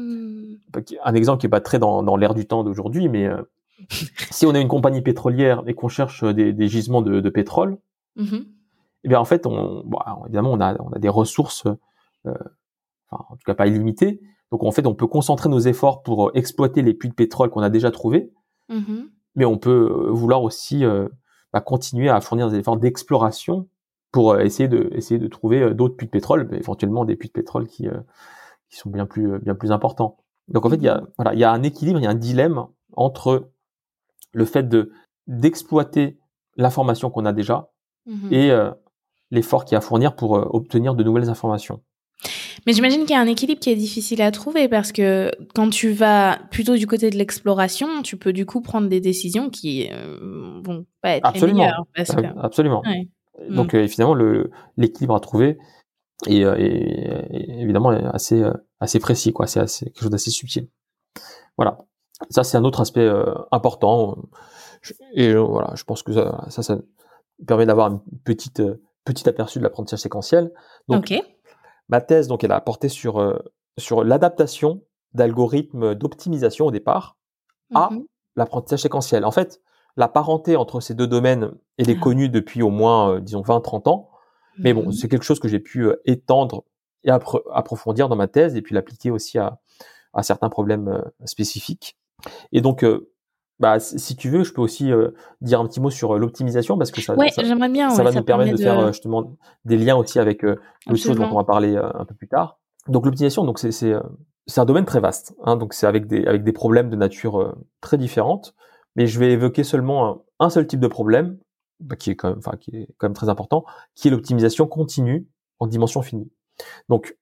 un exemple qui est pas très dans, dans l'air du temps d'aujourd'hui, mais euh, si on a une compagnie pétrolière et qu'on cherche des, des gisements de, de pétrole, mm-hmm. eh bien en fait, on, bon, évidemment, on a, on a des ressources. Euh, enfin, en tout cas pas illimité. Donc en fait, on peut concentrer nos efforts pour euh, exploiter les puits de pétrole qu'on a déjà trouvés, mm-hmm. mais on peut euh, vouloir aussi euh, bah, continuer à fournir des efforts d'exploration pour euh, essayer de essayer de trouver euh, d'autres puits de pétrole, bah, éventuellement des puits de pétrole qui euh, qui sont bien plus euh, bien plus importants. Donc en fait, il y a voilà, il y a un équilibre, il y a un dilemme entre le fait de d'exploiter l'information qu'on a déjà mm-hmm. et euh, l'effort qu'il y a à fournir pour euh, obtenir de nouvelles informations. Mais j'imagine qu'il y a un équilibre qui est difficile à trouver parce que quand tu vas plutôt du côté de l'exploration, tu peux du coup prendre des décisions qui euh, vont pas être absolument. les meilleures. Parce que... Absolument. Ouais. Donc mmh. euh, finalement, le, l'équilibre à trouver est, est, est évidemment assez, assez précis, quoi. C'est assez, quelque chose d'assez subtil. Voilà. Ça, c'est un autre aspect euh, important. Et euh, voilà, je pense que ça, ça, ça permet d'avoir une petite, euh, petit aperçu de l'apprentissage séquentiel. Donc, ok. ma thèse, donc, elle a porté sur, euh, sur l'adaptation d'algorithmes d'optimisation au départ à Mhm. l'apprentissage séquentiel. En fait, la parenté entre ces deux domaines, elle est Ah. connue depuis au moins, euh, disons, vingt trente ans. Mais bon, Mhm. c'est quelque chose que j'ai pu euh, étendre et appro- approfondir dans ma thèse et puis l'appliquer aussi à, à certains problèmes euh, spécifiques. Et donc, euh, bah, si tu veux, je peux aussi euh, dire un petit mot sur euh, l'optimisation parce que ça, Ouais, ça, j'aimerais bien, ça ouais, va ça nous permettre permet de faire euh, de... justement des liens aussi avec euh, d'autres choses dont on Absolument. va parler euh, un peu plus tard. Donc, l'optimisation, donc c'est c'est euh, c'est un domaine très vaste. Hein, donc, c'est avec des avec des problèmes de nature euh, très différentes. Mais je vais évoquer seulement un, un seul type de problème, bah, qui est quand même, enfin, qui est quand même très important, qui est l'optimisation continue en dimension finie. Donc,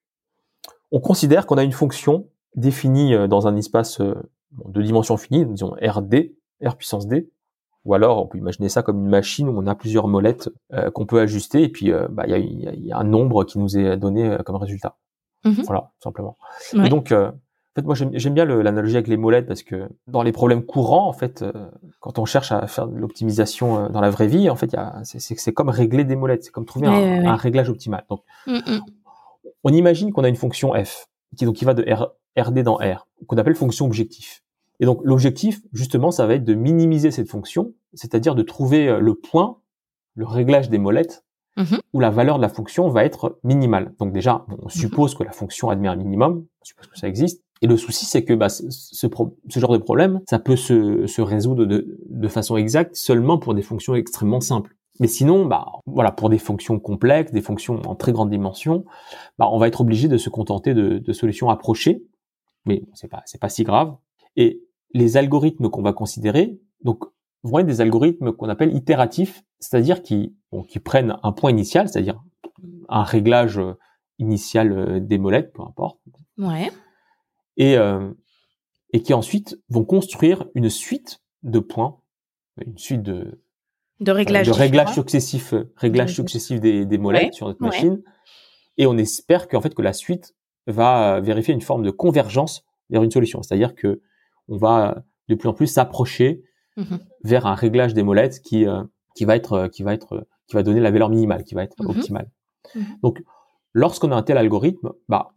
on considère qu'on a une fonction définie euh, dans un espace euh, de dimension finie, disons R D, R puissance D, ou alors on peut imaginer ça comme une machine où on a plusieurs molettes euh, qu'on peut ajuster, et puis il euh, bah, y, a, y, a, y a un nombre qui nous est donné euh, comme résultat. Mhm. Voilà, tout simplement. Ouais. Et donc, euh, en fait, moi j'aime, j'aime bien le, l'analogie avec les molettes parce que dans les problèmes courants, en fait, euh, quand on cherche à faire de l'optimisation euh, dans la vraie vie, en fait, y a, c'est, c'est, c'est comme régler des molettes, c'est comme trouver Ouais, un, ouais, ouais. un réglage optimal. Donc, Mm-mm. on imagine qu'on a une fonction f qui donc qui va de R, R D dans R, qu'on appelle fonction objectif. Et donc l'objectif, justement, ça va être de minimiser cette fonction, c'est-à-dire de trouver le point, le réglage des molettes, Mhm. où la valeur de la fonction va être minimale. Donc déjà, on suppose Mhm. que la fonction admet un minimum, on suppose que ça existe. Et le souci, c'est que bah, ce, ce, pro, ce genre de problème, ça peut se, se résoudre de, de façon exacte seulement pour des fonctions extrêmement simples. Mais sinon, bah, voilà, pour des fonctions complexes, des fonctions en très grande dimension, bah, on va être obligé de se contenter de, de solutions approchées. Mais c'est pas, c'est pas si grave. Et les algorithmes qu'on va considérer, donc, vont être des algorithmes qu'on appelle itératifs, c'est-à-dire qui, bon, qui prennent un point initial, c'est-à-dire un réglage initial des molettes, peu importe. Ouais. Et, euh, et qui ensuite vont construire une suite de points, une suite de, De réglages de réglages différents. successifs, réglages successifs des, des molettes Ouais. sur notre Ouais. machine. Et on espère qu'en fait que la suite va vérifier une forme de convergence vers une solution, c'est-à-dire que on va de plus en plus s'approcher Mhm. vers un réglage des molettes qui euh, qui va être qui va être qui va donner la valeur minimale, qui va être Mhm. optimale. Mhm. Donc, lorsqu'on a un tel algorithme, bah,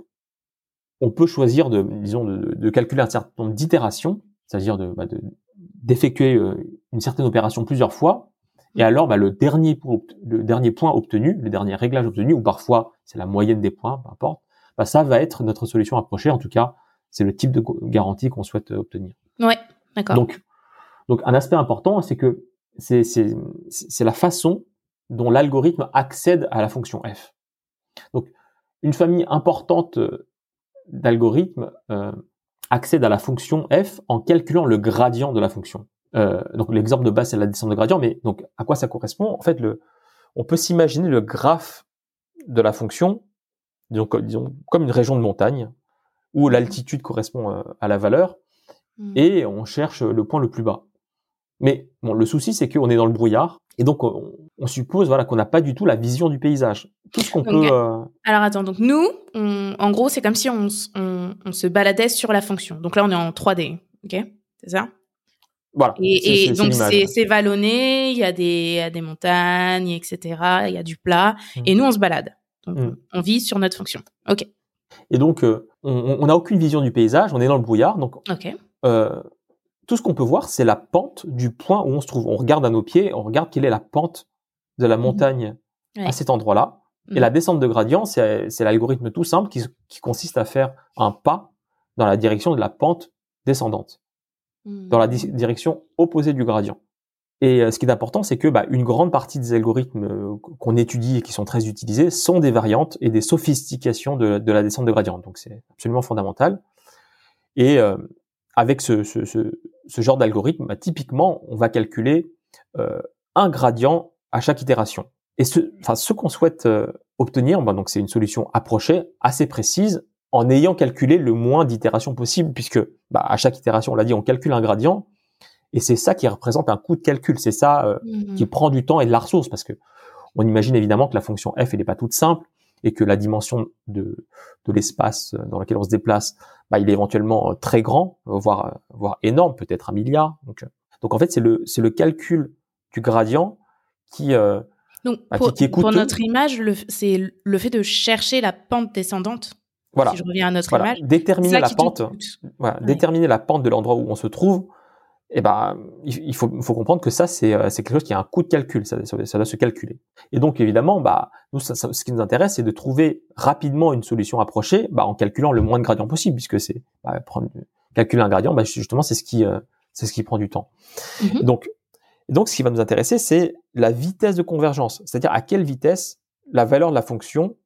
on peut choisir de, disons, de, de calculer un certain nombre d'itérations, c'est-à-dire de, bah, de d'effectuer euh, une certaine opération plusieurs fois. Et alors, bah, le dernier le dernier point obtenu, le dernier réglage obtenu, ou parfois c'est la moyenne des points, peu importe, bah, ça va être notre solution approchée. En tout cas, c'est le type de garantie qu'on souhaite obtenir. Ouais, d'accord. Donc, donc un aspect important, c'est que c'est c'est c'est la façon dont l'algorithme accède à la fonction f. Donc, une famille importante d'algorithmes euh, accède à la fonction f en calculant le gradient de la fonction. Euh, donc l'exemple de base c'est la descente de gradient, mais donc à quoi ça correspond? En fait, le, on peut s'imaginer le graphe de la fonction, disons, disons comme une région de montagne où l'altitude correspond euh, à la valeur Mm. et on cherche le point le plus bas. Mais bon, le souci c'est qu'on est dans le brouillard et donc on, on suppose voilà qu'on n'a pas du tout la vision du paysage. Tout ce qu'on Donc, peut. Euh... Alors attends, donc nous, on, en gros, c'est comme si on, on, on se baladait sur la fonction. Donc là, on est en trois D, ok? C'est ça? Voilà. Et, c'est, et c'est, donc c'est, c'est, c'est vallonné, il y a des, il y a des montagnes, et cetera. Il y a du plat, mmh. et nous on se balade. Donc mmh. on vit sur notre fonction. Ok. Et donc euh, on n'a aucune vision du paysage, on est dans le brouillard. Donc okay. euh, tout ce qu'on peut voir, c'est la pente du point où on se trouve. On regarde à nos pieds, on regarde quelle est la pente de la montagne mmh. ouais. à cet endroit-là. Mmh. Et la descente de gradient, c'est, c'est l'algorithme tout simple qui, qui consiste à faire un pas dans la direction de la pente descendante, mmh. dans la di- direction opposée du gradient. Et euh, ce qui est important, c'est que bah, une grande partie des algorithmes euh, qu'on étudie et qui sont très utilisés sont des variantes et des sophistications de, de la descente de gradient. Donc c'est absolument fondamental. Et euh, avec ce, ce, ce, ce genre d'algorithme, bah, typiquement, on va calculer euh, un gradient à chaque itération. Et ce, enfin, ce qu'on souhaite euh, obtenir, bah, donc c'est une solution approchée, assez précise, en ayant calculé le moins d'itérations possible, puisque bah, à chaque itération, on l'a dit, on calcule un gradient. Et c'est ça qui représente un coût de calcul. C'est ça euh, mmh. qui prend du temps et de la ressource, parce que on imagine évidemment que la fonction f, elle n'est pas toute simple. et que la dimension de, de l'espace dans lequel on se déplace, bah, il est éventuellement très grand, voire, voire énorme, peut-être un milliard. Donc, donc en fait, c'est le, c'est le calcul du gradient qui, euh, Donc, bah, pour, qui, qui est coûteux. Pour notre image, le, c'est le fait de chercher la pente descendante. Voilà. Si je reviens à notre voilà. image. Déterminer la pente, voilà. Ouais. Déterminer la pente de l'endroit où on se trouve, eh ben, il faut, il faut comprendre que ça, c'est, c'est quelque chose qui a un coût de calcul. Ça, ça, ça doit se calculer. Et donc, évidemment, bah, nous, ça, ça, ce qui nous intéresse, c'est de trouver rapidement une solution approchée, bah, en calculant le moins de gradients possible, puisque c'est, bah, prendre, calculer un gradient, bah, justement, c'est ce qui, euh, c'est ce qui prend du temps. Mm-hmm. Et donc, et donc, ce qui va nous intéresser, c'est la vitesse de convergence. C'est-à-dire à quelle vitesse la valeur de la fonction,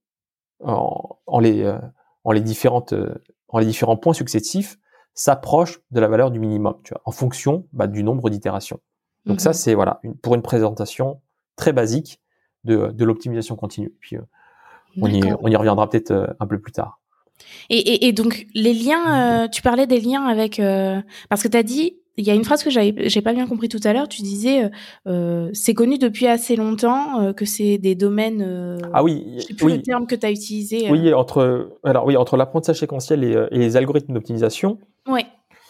en, en les, euh, en les différentes, euh, en les différents points successifs, s'approche de la valeur du minimum, tu vois, en fonction bah, du nombre d'itérations. Donc mmh. ça, c'est voilà une, pour une présentation très basique de, de l'optimisation continue. Puis euh, on, y, on y reviendra peut-être euh, un peu plus tard. Et, et, et donc les liens, euh, tu parlais des liens avec euh, parce que tu as dit, il y a une phrase que j'avais, j'ai pas bien compris tout à l'heure. Tu disais, euh, c'est connu depuis assez longtemps euh, que c'est des domaines. Euh, ah oui, je sais plus oui. le terme que tu as utilisé. Euh. Oui, entre alors oui entre l'apprentissage séquentiel et, et les algorithmes d'optimisation. Ouais.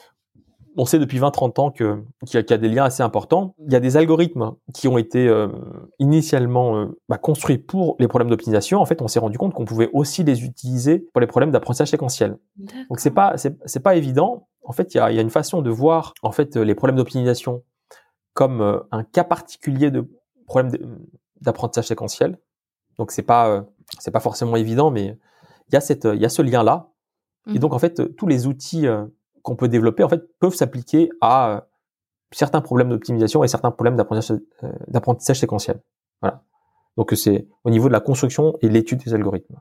On sait depuis vingt trente ans que, qu'il y a, qu'il y a des liens assez importants. Il y a des algorithmes qui ont été euh, initialement euh, bah, construits pour les problèmes d'optimisation. En fait, on s'est rendu compte qu'on pouvait aussi les utiliser pour les problèmes d'apprentissage séquentiel. D'accord. Donc c'est pas c'est, c'est pas évident. En fait, il y a, il y a une façon de voir en fait les problèmes d'optimisation comme euh, un cas particulier de problème de, d'apprentissage séquentiel. Donc c'est pas euh, c'est pas forcément évident, mais il y a cette il y a ce lien là. Mmh. Et donc en fait tous les outils euh, qu'on peut développer, en fait, peuvent s'appliquer à euh, certains problèmes d'optimisation et certains problèmes d'apprentissage, euh, d'apprentissage séquentiel. Voilà. Donc, c'est au niveau de la construction et l'étude des algorithmes.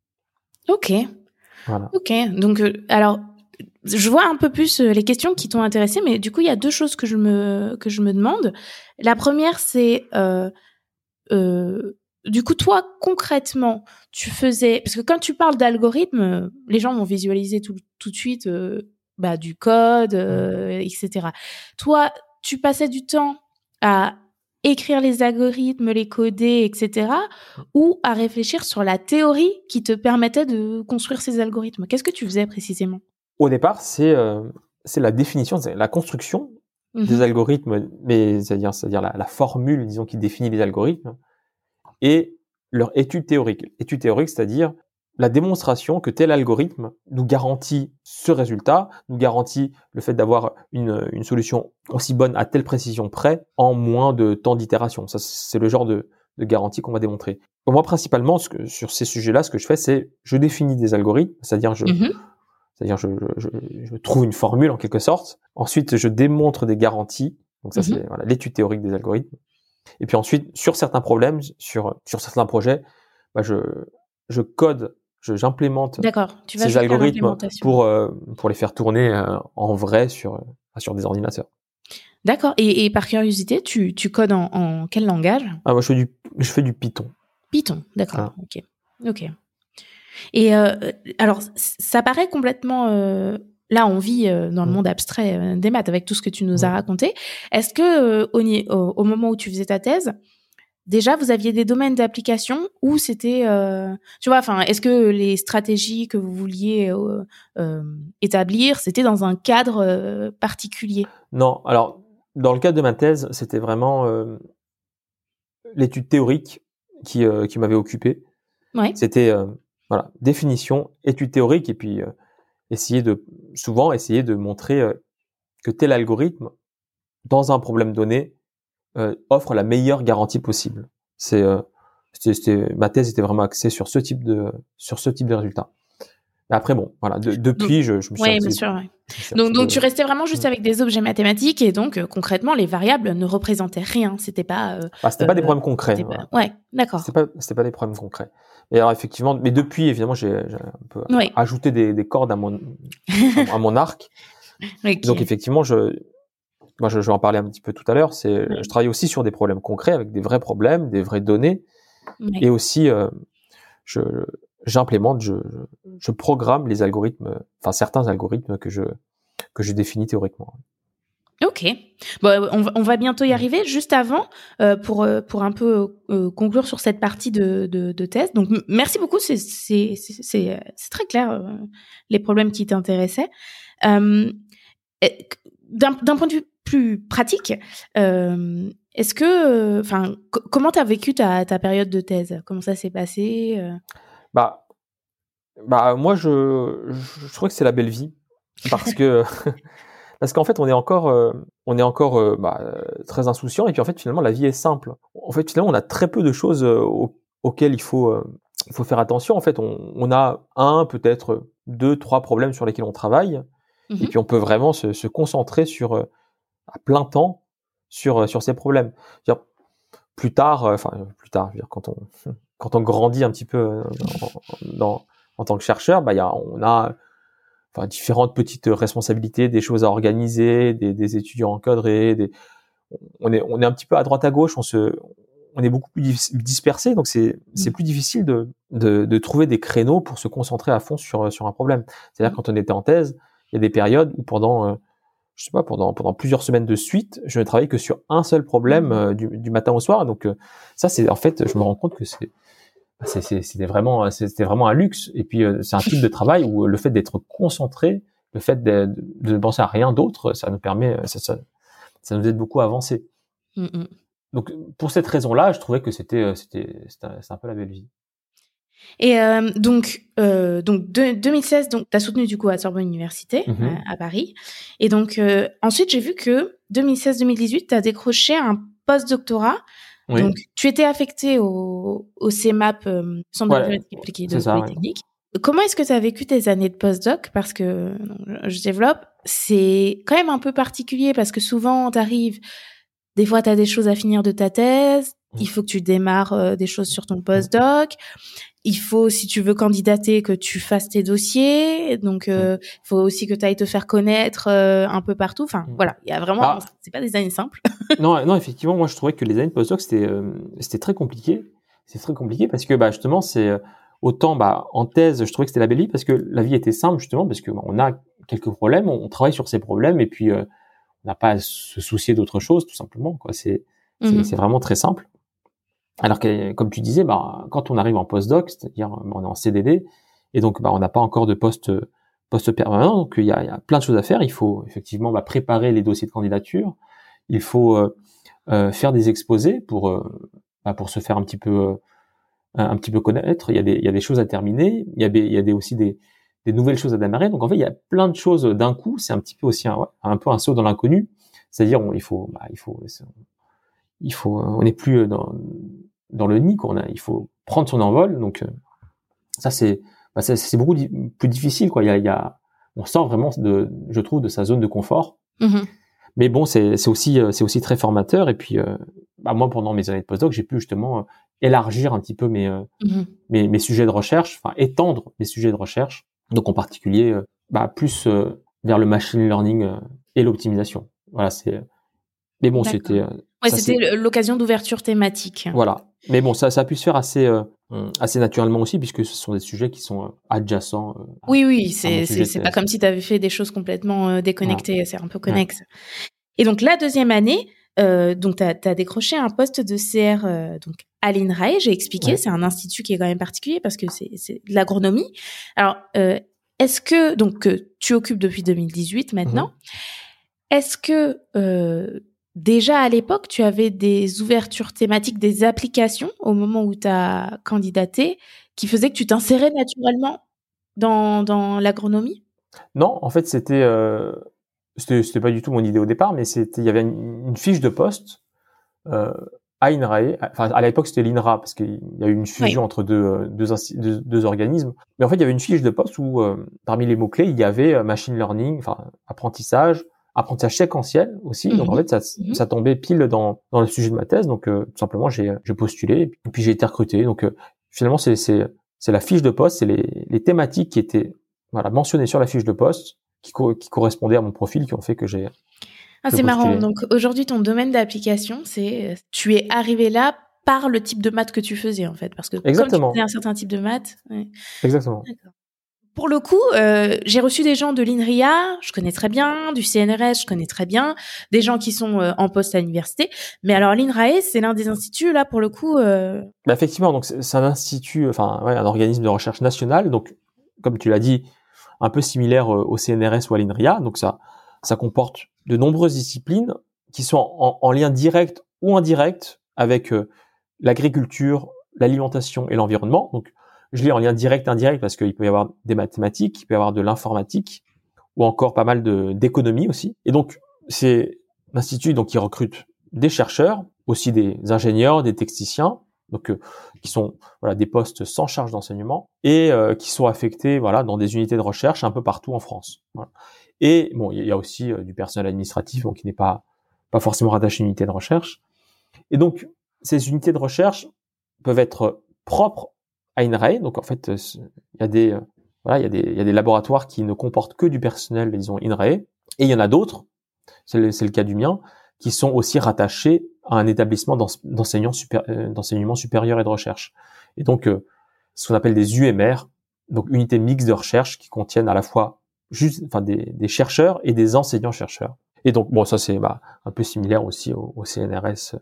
Ok. Voilà. Ok. Donc, euh, alors, je vois un peu plus euh, les questions qui t'ont intéressé, mais du coup, il y a deux choses que je me, que je me demande. La première, c'est, euh, euh, du coup, toi, concrètement, tu faisais, parce que quand tu parles d'algorithme, les gens vont visualiser tout, tout de suite, euh, bah, du code, euh, et cetera. Toi, tu passais du temps à écrire les algorithmes, les coder, et cetera, ou à réfléchir sur la théorie qui te permettait de construire ces algorithmes. Qu'est-ce que tu faisais précisément ? Au départ, c'est euh, c'est la définition, c'est la construction mm-hmm. des algorithmes, mais c'est-à-dire c'est-à-dire la, la formule, disons, qui définit les algorithmes, et leur étude théorique. Étude théorique, c'est-à-dire la démonstration que tel algorithme nous garantit ce résultat, nous garantit le fait d'avoir une, une solution aussi bonne à telle précision près en moins de temps d'itération. Ça, c'est le genre de, de garantie qu'on va démontrer. Moi, principalement, ce que, sur ces sujets-là, ce que je fais, c'est je définis des algorithmes, c'est-à-dire je, mm-hmm. c'est-à-dire je, je, je trouve une formule en quelque sorte. Ensuite, je démontre des garanties. Donc ça, mm-hmm. c'est voilà, l'étude théorique des algorithmes. Et puis ensuite, sur certains problèmes, sur sur certains projets, bah, je je code Je, j'implémente tu vas ces algorithmes pour euh, pour les faire tourner euh, en vrai sur euh, sur des ordinateurs. D'accord. Et, et par curiosité, tu tu codes en, en quel langage ? Ah moi je fais du je fais du Python. Python, d'accord. Ah. Ok. Ok. Et euh, alors ça paraît complètement. Euh, là, on vit euh, dans le mmh. monde abstrait euh, des maths avec tout ce que tu nous mmh. as raconté. Est-ce que euh, au, au, au moment où tu faisais ta thèse, déjà, vous aviez des domaines d'application où c'était, euh, tu vois, enfin, est-ce que les stratégies que vous vouliez euh, euh, établir, c'était dans un cadre euh, particulier ? Non, alors, dans le cadre de ma thèse, c'était vraiment euh, l'étude théorique qui, euh, qui m'avait occupé. Ouais. C'était, euh, voilà, définition, étude théorique, et puis euh, essayer de, souvent, essayer de montrer euh, que tel algorithme, dans un problème donné, Euh, offre la meilleure garantie possible. C'est, euh, c'était, c'était, ma thèse était vraiment axée sur ce type de, sur ce type de résultat. Mais après, bon, voilà, de, depuis, donc, je, je me suis. Oui, bien sûr. Ouais. Donc, donc, tu restais vraiment juste avec des objets mathématiques et donc euh, concrètement, les variables ne représentaient rien. C'était pas. Euh, ah, c'était euh, pas des problèmes concrets. Pas... Ouais, d'accord. C'était pas, c'était pas des problèmes concrets. Et alors effectivement, mais depuis, évidemment, j'ai, j'ai un peu oui. ajouté des, des cordes à mon, à, à mon arc. Okay. Donc effectivement, je Moi, je, je vais en parler un petit peu tout à l'heure. C'est, oui. Je travaille aussi sur des problèmes concrets avec des vrais problèmes, des vraies données, oui. et aussi, euh, je, j'implémente, je, je programme les algorithmes, enfin certains algorithmes que je que je définis théoriquement. Ok. Bon, on, va, on va bientôt y arriver. Juste avant, euh, pour pour un peu euh, conclure sur cette partie de de, de thèse. Donc, m- merci beaucoup. C'est c'est c'est c'est, c'est très clair euh, les problèmes qui t'intéressaient. Euh, et- d'un d'un point de vue plus pratique, euh, est-ce que, enfin, euh, co- comment t'as vécu ta ta période de thèse? Comment ça s'est passé? euh Bah, bah moi, je, je, je trouve que c'est la belle vie parce que parce qu'en fait, on est encore, euh, on est encore euh, bah, euh, très insouciant et puis en fait, finalement, la vie est simple. En fait, finalement, on a très peu de choses euh, au- auxquelles il faut, euh, il faut faire attention. En fait, on, on a un, peut-être deux, trois problèmes sur lesquels on travaille et Mhm. puis on peut vraiment se, se concentrer sur euh, à plein temps sur euh, sur ces problèmes. C'est-à-dire, plus tard, euh, enfin plus tard, je veux dire, quand on quand on grandit un petit peu euh, dans, dans- en tant que chercheur, bah, il y a, on a enfin, différentes petites responsabilités, des choses à organiser, des, des étudiants encadrés, des, on est, on est un petit peu à droite à gauche, on se, on est beaucoup plus dis- dispersé, donc c'est, c'est Mhm. plus difficile de, de, de trouver des créneaux pour se concentrer à fond sur, sur un problème. C'est-à-dire quand on était en thèse, il y a des périodes où pendant, euh, je sais pas, pendant, pendant plusieurs semaines de suite, je ne travaillais que sur un seul problème Mhm. euh, du, du matin au soir. Donc euh, ça, c'est en fait, je me rends compte que c'est, c'est, c'est- c'était vraiment, c'était vraiment un luxe. Et puis euh, c'est un type de travail où le fait d'être concentré, le fait de, de, de ne penser à rien d'autre, ça nous permet, ça, ça, ça nous aide beaucoup à avancer. Mhm. Donc pour cette raison-là, je trouvais que c'était, euh, c'était, c'était, un, c'était un peu la belle vie. Et euh, donc, euh, donc de, deux mille seize, donc t'as soutenu du coup à Sorbonne Université Mm-hmm. à, à Paris. Et donc euh, ensuite, j'ai vu que deux mille seize deux mille dix-huit, t'as décroché un post-doctorat. Oui. Donc, tu étais affecté au, au C M A P, euh, Centre de Ouais, mathématiques appliquées c'est de ça. Ouais. Polytechnique. Comment est-ce que tu as vécu tes années de postdoc? Parce que donc, je développe, c'est quand même un peu particulier parce que souvent, t'arrives, des fois, tu as des choses à finir de ta thèse, il faut que tu démarres euh, des choses sur ton postdoc. Il faut, si tu veux candidater, que tu fasses tes dossiers. Donc, euh, il faut aussi que tu ailles te faire connaître euh, un peu partout. Enfin, voilà, il y a vraiment, Bah, c'est pas des années simples. non, non, effectivement, moi je trouvais que les années de postdoc c'était, euh, c'était très compliqué. C'est très compliqué parce que bah justement c'est euh, autant bah en thèse je trouvais que c'était la belle vie parce que la vie était simple justement parce que bah, on a quelques problèmes, on, on travaille sur ces problèmes et puis euh, on n'a pas à se soucier d'autre chose tout simplement quoi. C'est c'est, Mhm. c'est vraiment très simple. Alors que comme tu disais, bah quand on arrive en postdoc, c'est-à-dire bah, on est en C D D et donc bah on n'a pas encore de poste poste permanent, donc il y a, il y a plein de choses à faire. Il faut effectivement bah, préparer les dossiers de candidature. Il faut euh, euh, faire des exposés pour euh, bah, pour se faire un petit peu euh, un petit peu connaître. Il y a des il y a des choses à terminer. Il y a des il y a des aussi des des nouvelles choses à démarrer. Donc en fait il y a plein de choses d'un coup. C'est un petit peu aussi un, ouais, un peu un saut dans l'inconnu. C'est-à-dire on, il faut bah, il faut il faut on n'est plus dans dans le nid. Quoi. On a, il faut prendre son envol. Donc euh, ça c'est bah, c'est, c'est beaucoup di- plus difficile quoi. Il y a il y a on sort vraiment de je trouve de sa zone de confort. Mhm. Mais bon, c'est, c'est aussi, euh, c'est aussi très formateur. Et puis, euh, bah moi, pendant mes années de postdoc, j'ai pu justement euh, élargir un petit peu mes, euh, Mhm. mes, mes sujets de recherche, enfin étendre mes sujets de recherche. Donc en particulier, euh, bah plus euh, vers le machine learning euh, et l'optimisation. Voilà, c'est. Mais bon, D'accord. c'était, euh, Ouais, ça c'était c'est, l- l'occasion d'ouverture thématique. voilà. Mais bon, ça, ça a pu se faire assez, euh, assez naturellement aussi, puisque ce sont des sujets qui sont euh, adjacents euh, à, Oui, oui, à mon c'est c'est sujet de c'est pas thèse. comme si tu avais fait des choses complètement euh, Voilà. déconnectées, c'est un peu Ouais. connexe. Et donc la deuxième année, euh, donc tu as décroché un poste de C R euh, donc à l'INRAE, j'ai expliqué, Ouais. c'est un institut qui est quand même particulier parce que c'est c'est de l'agronomie. Alors euh, est-ce que donc que tu occupes depuis deux mille dix-huit maintenant, Mhm. est-ce que euh, déjà à l'époque tu avais des ouvertures thématiques, des applications au moment où tu as candidaté qui faisaient que tu t'insérais naturellement dans dans l'agronomie? Non, en fait, c'était, euh, c'était, c'était pas du tout mon idée au départ, mais c'était, il y avait une, une fiche de poste euh, à INRAE. Enfin, à l'époque, c'était l'INRA parce qu'il y a eu une Oui. fusion entre deux, deux, deux, deux organismes. Mais en fait, il y avait une fiche de poste où, euh, parmi les mots clés, il y avait euh, machine learning, enfin apprentissage, apprentissage séquentiel aussi. Donc en Mhm. fait, ça, Mhm. ça tombait pile dans dans le sujet de ma thèse. Donc euh, tout simplement, j'ai j'ai postulé et puis, et puis j'ai été recruté. Donc euh, finalement, c'est c'est c'est la fiche de poste, c'est les les thématiques qui étaient voilà mentionnées sur la fiche de poste qui co- qui correspondaient à mon profil qui ont fait que j'ai Ah, que c'est marrant. postulé. Donc aujourd'hui, ton domaine d'application, c'est euh, tu es arrivé là par le type de maths que tu faisais en fait, parce que comme tu faisais Exactement, un certain type de maths. Ouais. exactement. D'accord. pour le coup, euh, j'ai reçu des gens de l'INRIA, je connais très bien, du C N R S, je connais très bien, des gens qui sont euh, en poste à l'université. Mais alors l'INRAE, c'est l'un des instituts là pour le coup. Euh... Bah effectivement, donc c'est, c'est un institut, enfin ouais, un organisme de recherche national. Donc comme tu l'as dit, un peu similaire au C N R S ou à l'INRIA. Donc ça, ça comporte de nombreuses disciplines qui sont en, en lien direct ou indirect avec euh, l'agriculture, l'alimentation et l'environnement. Donc je lis en lien direct, indirect, parce qu'il peut y avoir des mathématiques, il peut y avoir de l'informatique, ou encore pas mal de, d'économie aussi. Et donc, c'est l'institut donc qui recrute des chercheurs, aussi des ingénieurs, des techniciens, donc euh, qui sont voilà des postes sans charge d'enseignement et euh, qui sont affectés voilà dans des unités de recherche un peu partout en France. Voilà. Et bon, il y a aussi euh, du personnel administratif, donc qui n'est pas pas forcément rattaché à une unité de recherche. Et donc, ces unités de recherche peuvent être propres à INRAE, donc en fait, il y a des euh, voilà, il y a des il y a des laboratoires qui ne comportent que du personnel, disons INRAE, et il y en a d'autres, c'est le, c'est le cas du mien, qui sont aussi rattachés à un établissement d'enseignement supérieur, d'enseignement supérieur et de recherche. Et donc, euh, ce qu'on appelle des U M R, donc unités mixtes de recherche qui contiennent à la fois juste, enfin des, des chercheurs et des enseignants-chercheurs. Et donc, bon, ça c'est bah, un peu similaire aussi au, au C N R S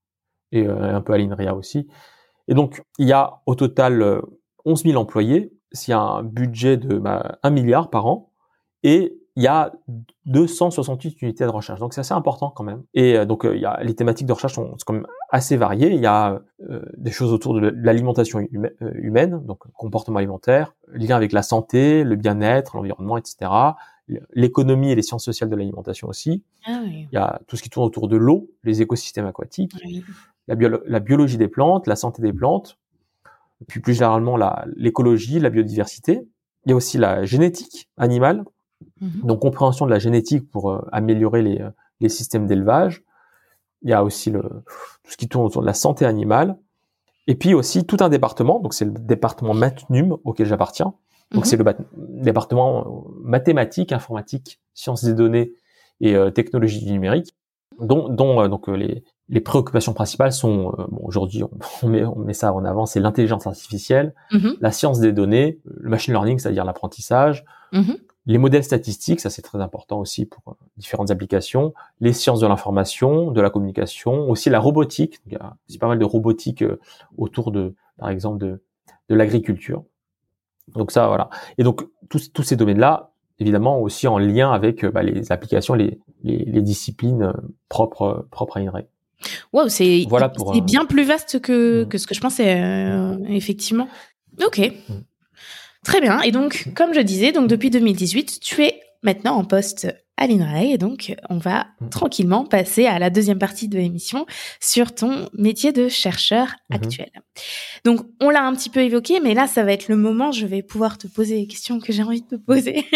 et euh, un peu à l'INRIA aussi. Et donc, il y a au total euh, onze mille employés, il y a un budget de bah, un milliard par an, et il y a deux cent soixante-huit unités de recherche. Donc, c'est assez important quand même. Et euh, donc, euh, il y a, les thématiques de recherche sont, sont quand même assez variées. Il y a euh, des choses autour de l'alimentation humaine, euh, humaine, donc comportement alimentaire, lien avec la santé, le bien-être, l'environnement, et cetera. L'économie et les sciences sociales de l'alimentation aussi. Ah oui. Il y a tout ce qui tourne autour de l'eau, les écosystèmes aquatiques. Oui. La, bio, la biologie des plantes, la santé des plantes, puis plus généralement la, l'écologie, la biodiversité. Il y a aussi la génétique animale, mm-hmm. donc compréhension de la génétique pour euh, améliorer les, les systèmes d'élevage. Il y a aussi le, tout ce qui tourne autour de la santé animale. Et puis aussi tout un département, donc c'est le département Matnum auquel j'appartiens. Donc mm-hmm. c'est le bat- département mathématiques, informatique, sciences des données et euh, technologie du numérique, dont, dont euh, donc euh, les Les préoccupations principales sont, euh, bon, aujourd'hui, on, on, met, on met ça en avant, c'est l'intelligence artificielle, mm-hmm. la science des données, le machine learning, c'est-à-dire l'apprentissage, mm-hmm. les modèles statistiques, ça c'est très important aussi pour euh, différentes applications, les sciences de l'information, de la communication, aussi la robotique. Il y a aussi pas mal de robotique euh, autour de, par exemple, de, de l'agriculture. Donc ça, voilà. Et donc tous, tous ces domaines-là, évidemment, aussi en lien avec euh, bah, les applications, les, les, les disciplines euh, propres, propres à INRAE. Wow, c'est voilà pour, c'est euh... bien plus vaste que, que ce que je pensais, euh, effectivement. Ok, mmh. Très bien. Et donc, comme je disais, donc depuis deux mille dix-huit, tu es maintenant en poste à l'INRAE, et donc on va mmh. tranquillement passer à la deuxième partie de l'émission sur ton métier de chercheur mmh. actuel. Donc, on l'a un petit peu évoqué, mais là, ça va être le moment, je vais pouvoir te poser les questions que j'ai envie de te poser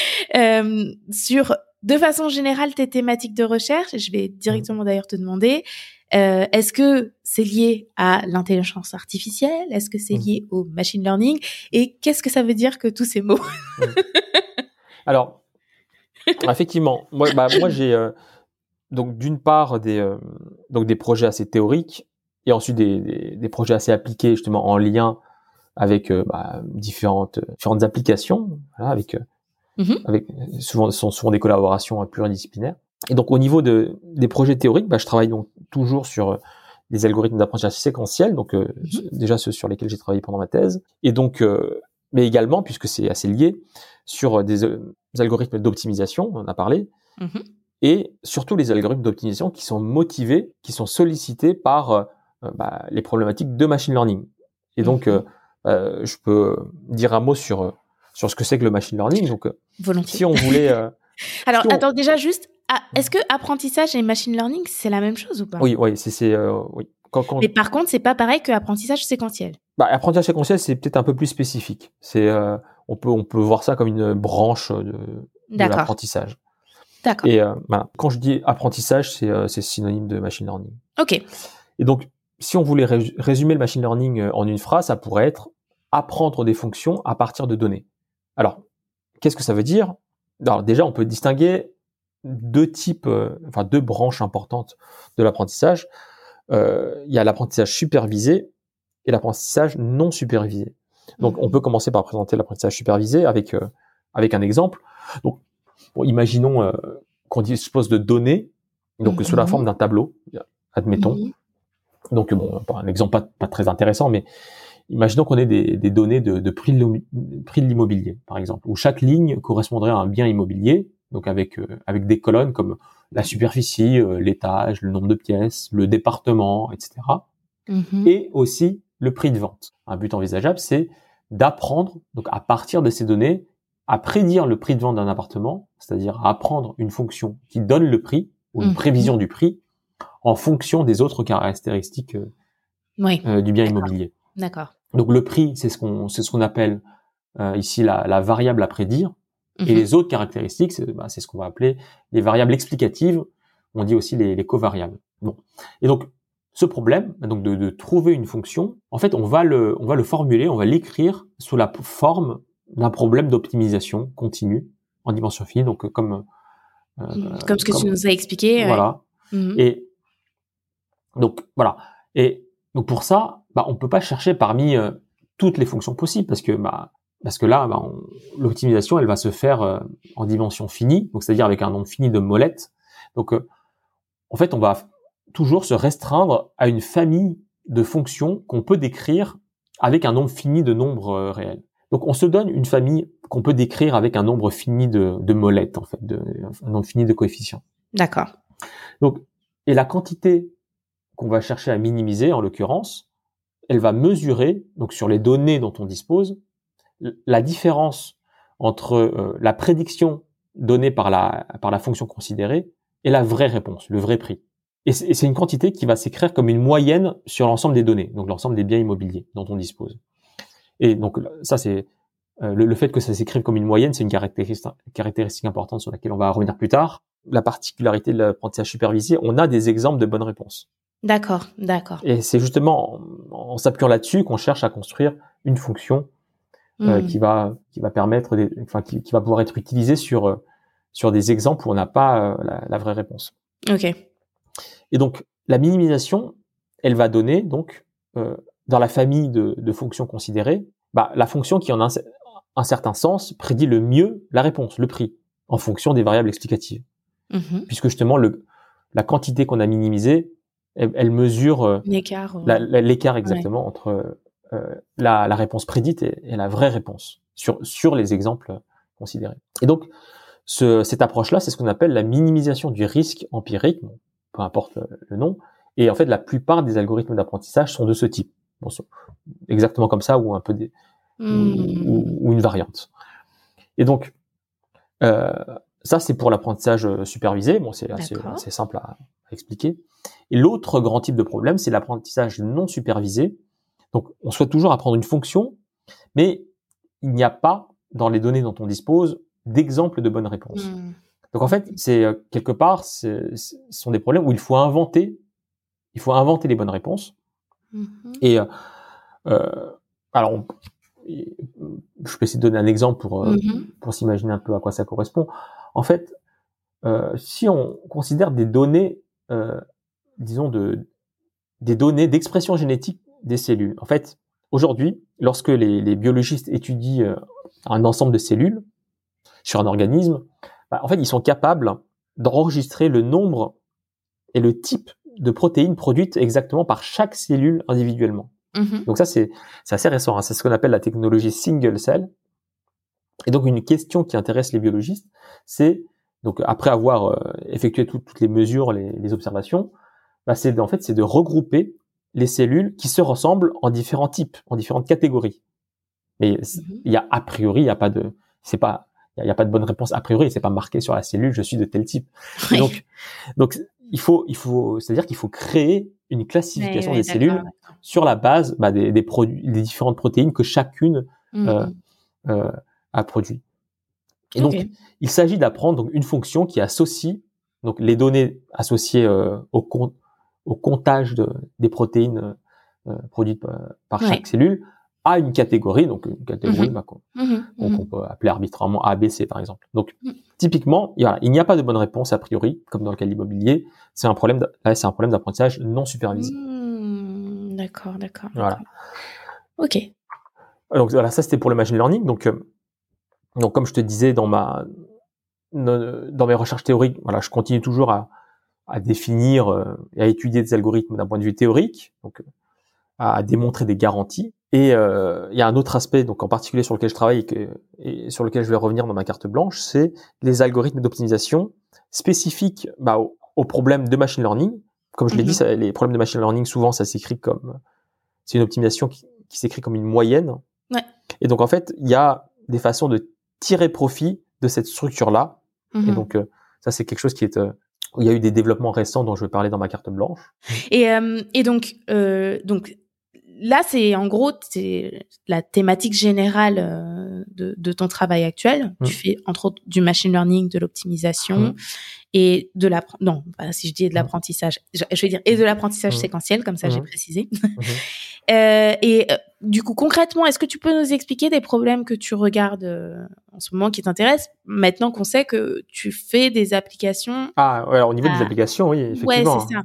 euh, sur... De façon générale, tes thématiques de recherche, je vais directement d'ailleurs te demander, euh, est-ce que c'est lié à l'intelligence artificielle? Est-ce que c'est lié au machine learning? Et qu'est-ce que ça veut dire que tous ces mots? Alors, effectivement, moi, bah, moi j'ai euh, donc d'une part des euh, donc des projets assez théoriques et ensuite des, des, des projets assez appliqués justement en lien avec euh, bah, différentes différentes applications, voilà, avec euh, Mmh. avec souvent ce sont souvent des collaborations pluridisciplinaires. Et donc au niveau de des projets théoriques, bah, je travaille donc toujours sur euh, les algorithmes d'apprentissage séquentiel, donc euh, mmh. déjà ceux sur lesquels j'ai travaillé pendant ma thèse, et donc euh, mais également puisque c'est assez lié sur des, euh, des algorithmes d'optimisation, on en a parlé, mmh. et surtout les algorithmes d'optimisation qui sont motivés, qui sont sollicités par euh, bah, les problématiques de machine learning. Et donc mmh. euh, euh, je peux dire un mot sur sur ce que c'est que le machine learning. Donc, volontiers. Si on voulait... Euh, Alors, si on... attends, déjà juste, ah, est-ce que apprentissage et machine learning, c'est la même chose ou pas? Oui, oui, c'est... c'est euh, oui. Quand, quand... Mais par contre, c'est pas pareil que apprentissage séquentiel. Bah, apprentissage séquentiel, c'est peut-être un peu plus spécifique. C'est, euh, on peut, on peut voir ça comme une branche de, de l'apprentissage. D'accord. Et euh, voilà. Quand je dis apprentissage, c'est, euh, c'est synonyme de machine learning. Ok. Et donc, si on voulait ré- résumer le machine learning en une phrase, ça pourrait être apprendre des fonctions à partir de données. Alors, qu'est-ce que ça veut dire? Alors déjà, on peut distinguer deux types, euh, enfin deux branches importantes de l'apprentissage. Euh, il y a l'apprentissage supervisé et l'apprentissage non supervisé. Donc, mmh. on peut commencer par présenter l'apprentissage supervisé avec euh, avec un exemple. Donc, bon, imaginons euh, qu'on dispose de données, donc mmh. sous la forme d'un tableau, admettons. Mmh. Donc, bon, un exemple pas, pas très intéressant, mais imaginons qu'on ait des, des données de, de prix de prix de l'immobilier, par exemple, où chaque ligne correspondrait à un bien immobilier, donc avec euh, avec des colonnes comme la superficie, euh, l'étage, le nombre de pièces, le département, et cetera. Mmh. Et aussi le prix de vente. Un but envisageable, c'est d'apprendre, donc à partir de ces données, à prédire le prix de vente d'un appartement, c'est-à-dire à apprendre une fonction qui donne le prix ou une mmh. prévision du prix en fonction des autres caractéristiques euh, oui. euh, du bien D'accord. immobilier. D'accord. Donc le prix, c'est ce qu'on c'est ce qu'on appelle euh, ici la, la variable à prédire, mmh. et les autres caractéristiques, c'est, bah, c'est ce qu'on va appeler les variables explicatives. On dit aussi les, les covariables. Bon, et donc ce problème, donc de, de trouver une fonction, en fait, on va le, on va le formuler, on va l'écrire sous la forme d'un problème d'optimisation continue en dimension finie, donc comme euh, comme ce que comme, tu nous as expliqué. Voilà. Ouais. Mm-hmm. Et donc voilà. Et donc pour ça, bah, on peut pas chercher parmi euh, toutes les fonctions possibles parce que bah parce que là, bah, on, l'optimisation, elle va se faire euh, en dimension finie, donc c'est-à-dire avec un nombre fini de molettes. Donc euh, en fait, on va toujours se restreindre à une famille de fonctions qu'on peut décrire avec un nombre fini de nombres euh, réels. Donc, on se donne une famille qu'on peut décrire avec un nombre fini de, de molettes, en fait, de, un nombre fini de coefficients. D'accord. Donc, et la quantité qu'on va chercher à minimiser, en l'occurrence, elle va mesurer, donc sur les données dont on dispose, la différence entre euh, la prédiction donnée par la, par la fonction considérée et la vraie réponse, le vrai prix. Et c'est, et c'est une quantité qui va s'écrire comme une moyenne sur l'ensemble des données, donc l'ensemble des biens immobiliers dont on dispose. Et donc ça, c'est euh, le, le fait que ça s'écrive comme une moyenne, c'est une caractéristique, caractéristique importante sur laquelle on va revenir plus tard. La particularité de l'apprentissage supervisé, on a des exemples de bonnes réponses. D'accord, d'accord. Et c'est justement en, en s'appuyant là-dessus qu'on cherche à construire une fonction euh, mmh. qui va qui va permettre, des, enfin qui, qui va pouvoir être utilisée sur euh, sur des exemples où on n'a pas euh, la, la vraie réponse. Ok. Et donc la minimisation, elle va donner donc euh, dans la famille de, de fonctions considérées, bah, la fonction qui en a un, un certain sens prédit le mieux la réponse, le prix, en fonction des variables explicatives. Mmh. Puisque justement le la quantité qu'on a minimisée, elle, elle mesure euh, l'écart, la, la, l'écart exactement ouais. entre euh, la, la réponse prédite et, et la vraie réponse sur sur les exemples considérés. Et donc ce, cette approche-là, c'est ce qu'on appelle la minimisation du risque empirique, bon, peu importe le, le nom. Et en fait, la plupart des algorithmes d'apprentissage sont de ce type, bon, sont exactement comme ça ou un peu des mmh. ou, ou, ou une variante. Et donc euh, ça, c'est pour l'apprentissage supervisé. Bon, c'est assez, assez simple à, à expliquer. Et l'autre grand type de problème, c'est l'apprentissage non supervisé. Donc, on souhaite toujours apprendre une fonction, mais il n'y a pas, dans les données dont on dispose, d'exemples de bonnes réponses. Mmh. Donc, en fait, c'est quelque part, c'est, ce sont des problèmes où il faut inventer, il faut inventer les bonnes réponses. Mmh. Et euh, alors, on, je peux essayer de donner un exemple pour mmh. pour s'imaginer un peu à quoi ça correspond. En fait, euh, si on considère des données, euh, disons de des données d'expression génétique des cellules. En fait, aujourd'hui, lorsque les, les biologistes étudient euh, un ensemble de cellules sur un organisme, bah, en fait, ils sont capables d'enregistrer le nombre et le type de protéines produites exactement par chaque cellule individuellement. Mmh. Donc ça, c'est, c'est assez récent. Hein. C'est ce qu'on appelle la technologie single cell. Et donc, une question qui intéresse les biologistes, c'est, donc après avoir euh, effectué tout, toutes les mesures, les, les observations, bah, c'est en fait c'est de regrouper les cellules qui se ressemblent en différents types, en différentes catégories. Mais mm-hmm. il y a a priori, il y a pas de, c'est pas, il y, y a pas de bonne réponse a priori. C'est pas marqué sur la cellule, je suis de tel type. Oui. Donc, donc il faut, il faut, c'est-à-dire qu'il faut créer une classification oui, oui, des cellules d'accord. sur la base bah, des, des produits, des différentes protéines que chacune mm-hmm. euh, euh, a produit. Et okay. donc, il s'agit d'apprendre donc une fonction qui associe donc les données associées euh, au compte au comptage de, des protéines euh, produites par, par ouais. chaque cellule à une catégorie, donc une catégorie mmh. bah, qu'on, mmh. qu'on peut appeler arbitrairement A, B, C par exemple. Donc mmh. typiquement, il, voilà, il n'y a pas de bonne réponse a priori, comme dans le cas de l'immobilier. C'est un problème, de, là, c'est un problème d'apprentissage non supervisé. Mmh. D'accord, d'accord. Voilà. Ok. Donc voilà, ça c'était pour le machine learning. Donc, euh, donc comme je te disais dans ma dans mes recherches théoriques, voilà, je continue toujours à, à définir euh, et à étudier des algorithmes d'un point de vue théorique, donc à, à démontrer des garanties. Et euh, il y a un autre aspect, donc en particulier sur lequel je travaille et, que, et sur lequel je vais revenir dans ma carte blanche, c'est les algorithmes d'optimisation spécifiques bah, aux, aux problèmes de machine learning. Comme je mm-hmm. l'ai dit, ça, les problèmes de machine learning, souvent, ça s'écrit comme c'est une optimisation qui, qui s'écrit comme une moyenne. Ouais. Et donc en fait, il y a des façons de tirer profit de cette structure-là. Mm-hmm. Et donc euh, ça, c'est quelque chose qui est euh, où il y a eu des développements récents dont je vais parler dans ma carte blanche. Et euh, et donc euh, donc là, c'est en gros c'est la thématique générale euh, de de ton travail actuel. Mmh. Tu fais entre autres du machine learning, de l'optimisation mmh. et de la non, bah, si je dis de l'apprentissage, je, je vais dire et de l'apprentissage mmh. séquentiel, comme ça mmh. j'ai précisé. Mmh. euh, et euh, du coup concrètement, est-ce que tu peux nous expliquer des problèmes que tu regardes euh, en ce moment qui t'intéressent maintenant qu'on sait que tu fais des applications? Ah ouais, alors au niveau ah. des applications, oui, effectivement. Ouais, c'est ça.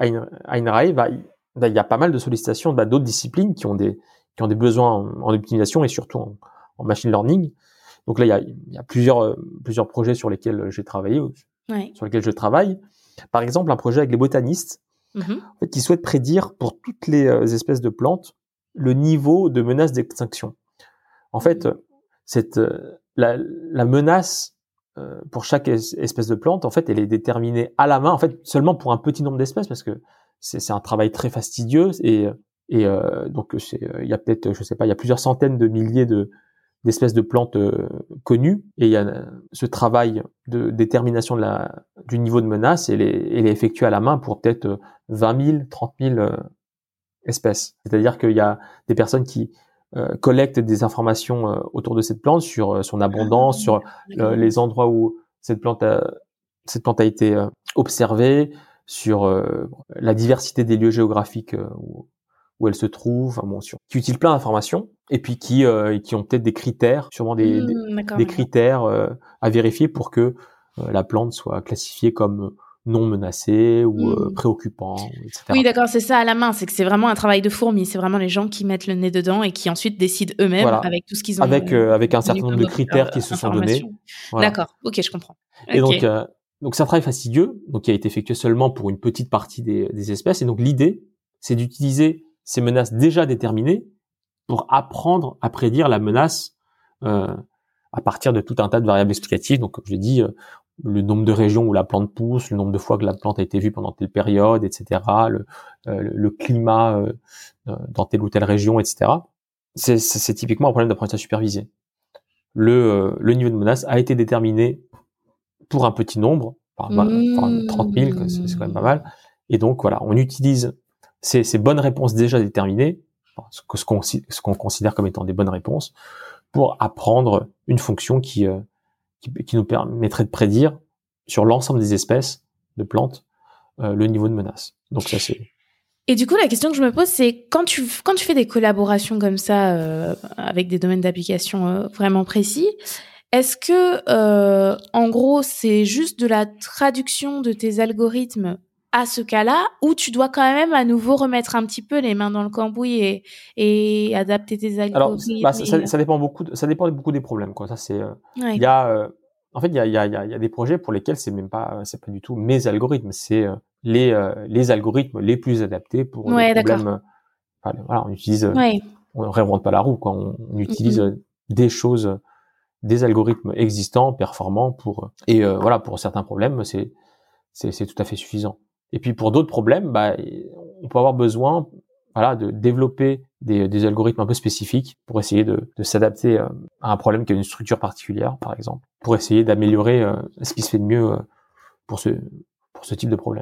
À INRAE, bah, il y a pas mal de sollicitations bah, d'autres disciplines qui ont des qui ont des besoins en, en optimisation et surtout en, en machine learning. Donc là, il y a, il y a plusieurs euh, plusieurs projets sur lesquels j'ai travaillé, ouais. sur lesquels je travaille. Par exemple, un projet avec les botanistes, mm-hmm. en fait, qui souhaitent prédire pour toutes les euh, espèces de plantes le niveau de menace d'extinction. En fait, mm-hmm. cette euh, la, la menace euh, pour chaque es- espèce de plante, en fait, elle est déterminée à la main, en fait, seulement pour un petit nombre d'espèces, parce que c'est, c'est un travail très fastidieux et et euh, donc c'est il y a peut-être je sais pas il y a plusieurs centaines de milliers de d'espèces de plantes euh, connues et il y a ce travail de détermination de la du niveau de menace et elle est, elle est effectuée à la main pour peut-être vingt mille, trente mille euh, espèces. C'est-à-dire qu'il y a des personnes qui euh, collectent des informations euh, autour de cette plante sur euh, son abondance, ah, sur euh, les endroits où cette plante a, cette plante a été euh, observée, sur euh, la diversité des lieux géographiques euh, où, où elle se trouve, enfin bon, sur, qui utilisent plein d'informations et puis qui euh, qui ont peut-être des critères, sûrement des mmh, des, des critères euh, à vérifier pour que euh, la plante soit classifiée comme non menacée ou mmh. euh, préoccupant, et cetera. Oui, d'accord, c'est ça à la main, c'est que c'est vraiment un travail de fourmi, c'est vraiment les gens qui mettent le nez dedans et qui ensuite décident eux-mêmes voilà. avec tout ce qu'ils ont. Avec euh, avec un certain nombre de critères euh, qui se sont donnés. Voilà. D'accord, ok, je comprends. Et okay. donc euh, donc c'est un travail fastidieux, donc qui a été effectué seulement pour une petite partie des, des espèces. Et donc l'idée, c'est d'utiliser ces menaces déjà déterminées pour apprendre à prédire la menace euh, à partir de tout un tas de variables explicatives. Donc comme je l'ai dit, euh, le nombre de régions où la plante pousse, le nombre de fois que la plante a été vue pendant telle période, et cetera. Le, euh, le climat euh, dans telle ou telle région, et cetera. C'est, c'est, c'est typiquement un problème d'apprentissage supervisé. Le, euh, le niveau de menace a été déterminé pour un petit nombre, par mmh. trente mille, c'est, c'est quand même pas mal. Et donc voilà, on utilise ces, ces bonnes réponses déjà déterminées, ce, que, ce, qu'on, ce qu'on considère comme étant des bonnes réponses, pour apprendre une fonction qui, euh, qui, qui nous permettrait de prédire sur l'ensemble des espèces de plantes euh, le niveau de menace. Donc ça c'est. Et du coup, la question que je me pose, c'est quand tu quand tu fais des collaborations comme ça euh, avec des domaines d'application euh, vraiment précis, est-ce que euh, en gros c'est juste de la traduction de tes algorithmes à ce cas-là, ou tu dois quand même à nouveau remettre un petit peu les mains dans le cambouis et, et adapter tes algorithmes? Alors, bah, ça, ça, ça dépend beaucoup, de, ça dépend beaucoup des problèmes, quoi. Ça c'est, euh, ouais. il y a, euh, en fait, il y a, il y a, il y a, il y a des projets pour lesquels c'est même pas, c'est pas du tout mes algorithmes, c'est euh, les, euh, les algorithmes les plus adaptés pour ouais, les problèmes. Euh, enfin, voilà, on utilise, euh, ouais. on réinvente pas la roue, quoi. On, on utilise mm-hmm. des choses, des algorithmes existants, performants pour, et euh, voilà, pour certains problèmes, c'est, c'est, c'est tout à fait suffisant. Et puis pour d'autres problèmes, bah, on peut avoir besoin, voilà, de développer des, des algorithmes un peu spécifiques pour essayer de, de s'adapter à un problème qui a une structure particulière, par exemple, pour essayer d'améliorer euh, ce qui se fait de mieux euh, pour ce pour ce type de problème.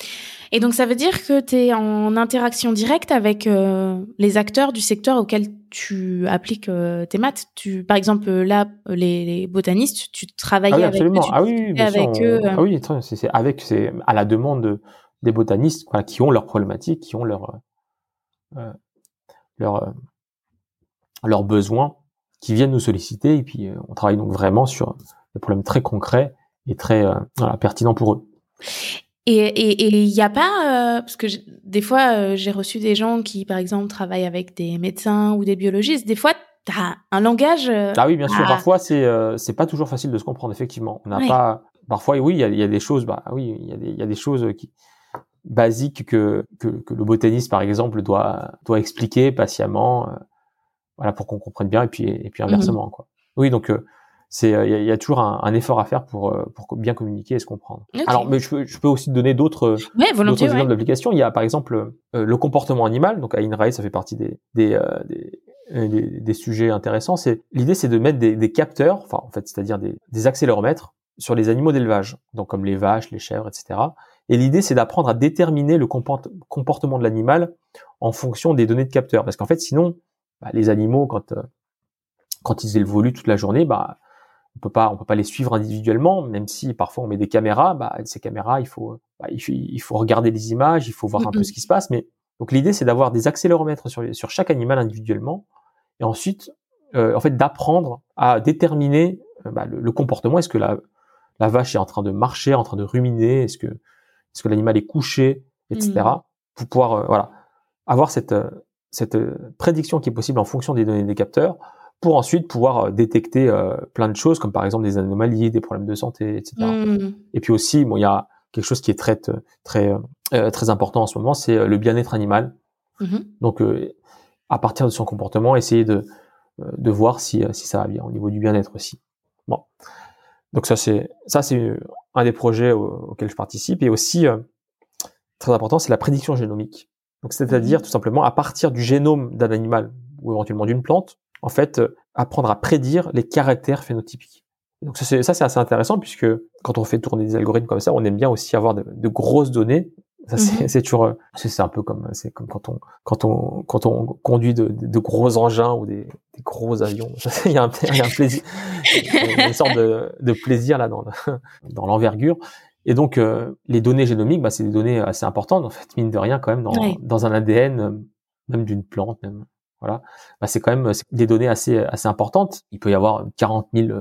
Et donc ça veut dire que tu es en interaction directe avec euh, les acteurs du secteur auquel tu appliques euh, tes maths. Tu, par exemple, là, les, les botanistes, tu travailles ah oui, avec eux, tu ah oui, bien avec sûr, eux. On, euh... Ah oui, c'est, c'est avec, c'est à la demande de, des botanistes, voilà, qui ont leurs problématiques, qui ont leurs euh, leurs euh, leurs besoins, qui viennent nous solliciter, et puis euh, on travaille donc vraiment sur des problèmes très concrets et très euh, voilà, pertinents pour eux. Et et et il y a pas euh, parce que des fois euh, j'ai reçu des gens qui par exemple travaillent avec des médecins ou des biologistes. Des fois t'as un langage. Euh, ah oui, bien sûr. à... Parfois, c'est euh, c'est pas toujours facile de se comprendre. Effectivement, on n'a ouais. pas. Parfois, oui, il y a, il y a des choses. Bah oui, il y a des il y a des choses qui basiques que que, que le botaniste, par exemple, doit doit expliquer patiemment, euh, voilà, pour qu'on comprenne bien. Et puis et puis inversement, mm-hmm. quoi. Oui, donc. Euh, C'est, il euh, y, y a toujours un, un effort à faire pour euh, pour bien communiquer et se comprendre. Okay. Alors, mais je peux je peux aussi te donner d'autres ouais, d'autres exemples ouais. d'applications. Il y a par exemple euh, le comportement animal. Donc à INRAE, ça fait partie des des euh, des, des, des sujets intéressants. C'est l'idée, c'est de mettre des, des capteurs, enfin en fait, c'est-à-dire des, des accéléromètres sur les animaux d'élevage, donc comme les vaches, les chèvres, et cetera. Et l'idée, c'est d'apprendre à déterminer le comport- comportement de l'animal en fonction des données de capteurs, parce qu'en fait, sinon, bah, les animaux quand euh, quand ils évoluent toute la journée, bah on peut pas, on peut pas les suivre individuellement, même si parfois on met des caméras. Bah, ces caméras, il faut, bah, il faut, il faut regarder les images, il faut voir mm-hmm. un peu ce qui se passe. Mais donc l'idée, c'est d'avoir des accéléromètres sur les, sur chaque animal individuellement, et ensuite, euh, en fait, d'apprendre à déterminer euh, bah, le, le comportement. Est-ce que la, la vache est en train de marcher, en train de ruminer? Est-ce que, est-ce que l'animal est couché, et cetera. Mm-hmm. Pour pouvoir, euh, voilà, avoir cette, euh, cette euh, prédiction qui est possible en fonction des données des capteurs, pour ensuite pouvoir euh, détecter euh, plein de choses, comme par exemple des anomalies, des problèmes de santé, et cetera. Mmh. Et puis aussi, bon, il y a quelque chose qui est très très euh, très important en ce moment, c'est le bien-être animal. Mmh. Donc, euh, à partir de son comportement, essayer de euh, de voir si si ça va bien au niveau du bien-être aussi. Bon, donc ça c'est ça c'est un des projets auxquels je participe, et aussi euh, très important, c'est la prédiction génomique. Donc, c'est-à-dire mmh. tout simplement à partir du génome d'un animal ou éventuellement d'une plante, en fait, euh, apprendre à prédire les caractères phénotypiques. Donc ça c'est, ça, c'est assez intéressant, puisque quand on fait tourner des algorithmes comme ça, on aime bien aussi avoir de, de grosses données. Ça, c'est, mm-hmm. c'est toujours, c'est, c'est un peu comme, c'est comme quand on, quand on, quand on conduit de, de, de gros engins ou des, des gros avions. Il y a un, il y a un plaisir, il y a une sorte de, de plaisir là dans, le, dans l'envergure. Et donc, euh, les données génomiques, bah, c'est des données assez importantes, en fait, mine de rien, quand même, dans, ouais. dans un A D N, même d'une plante, même. Voilà, bah, c'est quand même c'est des données assez assez importantes. Il peut y avoir quarante mille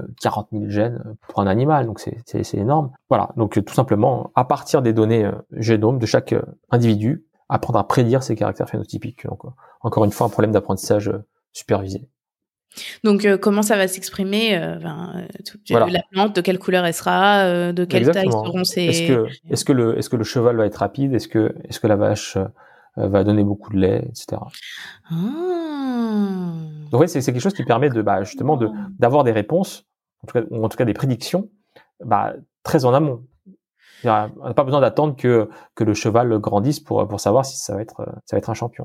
gènes pour un animal, donc c'est c'est, c'est énorme. Voilà, donc tout simplement à partir des données euh, génome de chaque euh, individu, apprendre à prédire ses caractères phénotypiques. Donc euh, encore une fois un problème d'apprentissage euh, supervisé. Donc euh, comment ça va s'exprimer euh, ben, tout, voilà. La plante, de quelle couleur elle sera, euh, de quelle Exactement. taille seront ses. Est-ce que est-ce que le est-ce que le cheval va être rapide, est-ce que est-ce que la vache euh, va donner beaucoup de lait, et cetera. Ah. Donc ouais, c'est, c'est quelque chose qui permet de bah, justement de d'avoir des réponses, en tout cas, ou en tout cas des prédictions, bah, très en amont. On n'a pas besoin d'attendre que que le cheval grandisse pour pour savoir si ça va être ça va être un champion.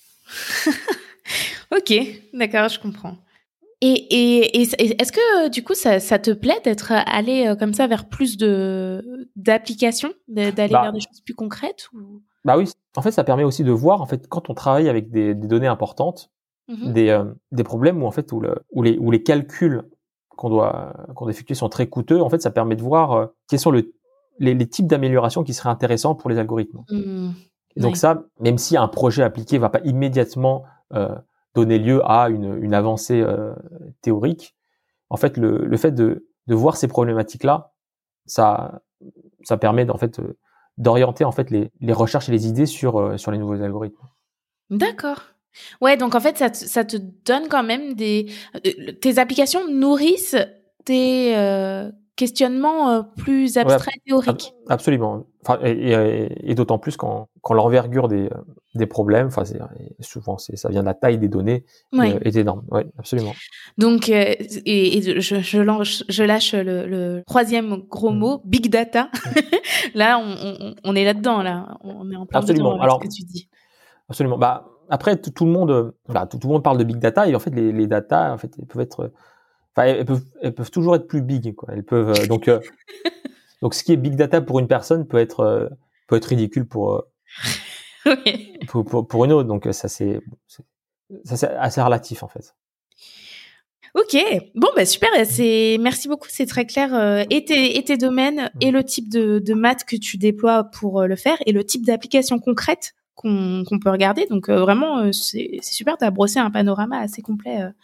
Ok, d'accord, je comprends. Et, et, et est-ce que du coup ça, ça te plaît d'être allé comme ça vers plus de d'applications, d'aller bah, vers des choses plus concrètes ou... Bah oui, en fait ça permet aussi de voir en fait quand on travaille avec des, des données importantes, mm-hmm. des euh, des problèmes où en fait où le où les où les calculs qu'on doit qu'on doit effectuer sont très coûteux. En fait, ça permet de voir euh, quels sont le les, les types d'améliorations qui seraient intéressants pour les algorithmes. Mm, Et donc ouais. ça, même si un projet appliqué va pas immédiatement euh, donner lieu à une, une avancée euh, théorique, en fait, le, le fait de, de voir ces problématiques-là, ça, ça permet en fait euh, d'orienter en fait les, les recherches et les idées sur euh, sur les nouveaux algorithmes. D'accord. Ouais, donc en fait, ça te, ça te donne quand même des euh, tes applications nourrissent tes euh, questionnements euh, plus abstraits, ouais, théoriques. Ab- absolument. Enfin, et, et, et d'autant plus quand, quand l'envergure des, des problèmes, enfin, c'est, souvent, c'est, ça vient de la taille des données, ouais. euh, est énorme. Oui, absolument. Donc, euh, et, et je, je, lance, je lâche le, le troisième gros mmh. mot, big data. Là, on, on, on est là-dedans, là. On est en plein dedans avec Alors, ce que tu dis. Absolument. Bah, après, tout, tout le monde, bah, tout, tout le monde parle de big data, et en fait, les, les data, en fait, elles peuvent être, enfin, elles peuvent, elles peuvent toujours être plus big, quoi. Elles peuvent, euh, donc, euh, donc, ce qui est big data pour une personne peut être, euh, peut être ridicule pour, euh, oui. pour, pour, pour une autre. Donc, ça, c'est, c'est, ça, c'est assez relatif, en fait. Ok, bon bah super, c'est merci beaucoup, c'est très clair. Euh, et, tes, et tes domaines mmh. et le type de, de maths que tu déploies pour euh, le faire et le type d'application concrète qu'on, qu'on peut regarder. Donc euh, vraiment, euh, c'est, c'est super, t'as brossé un panorama assez complet euh,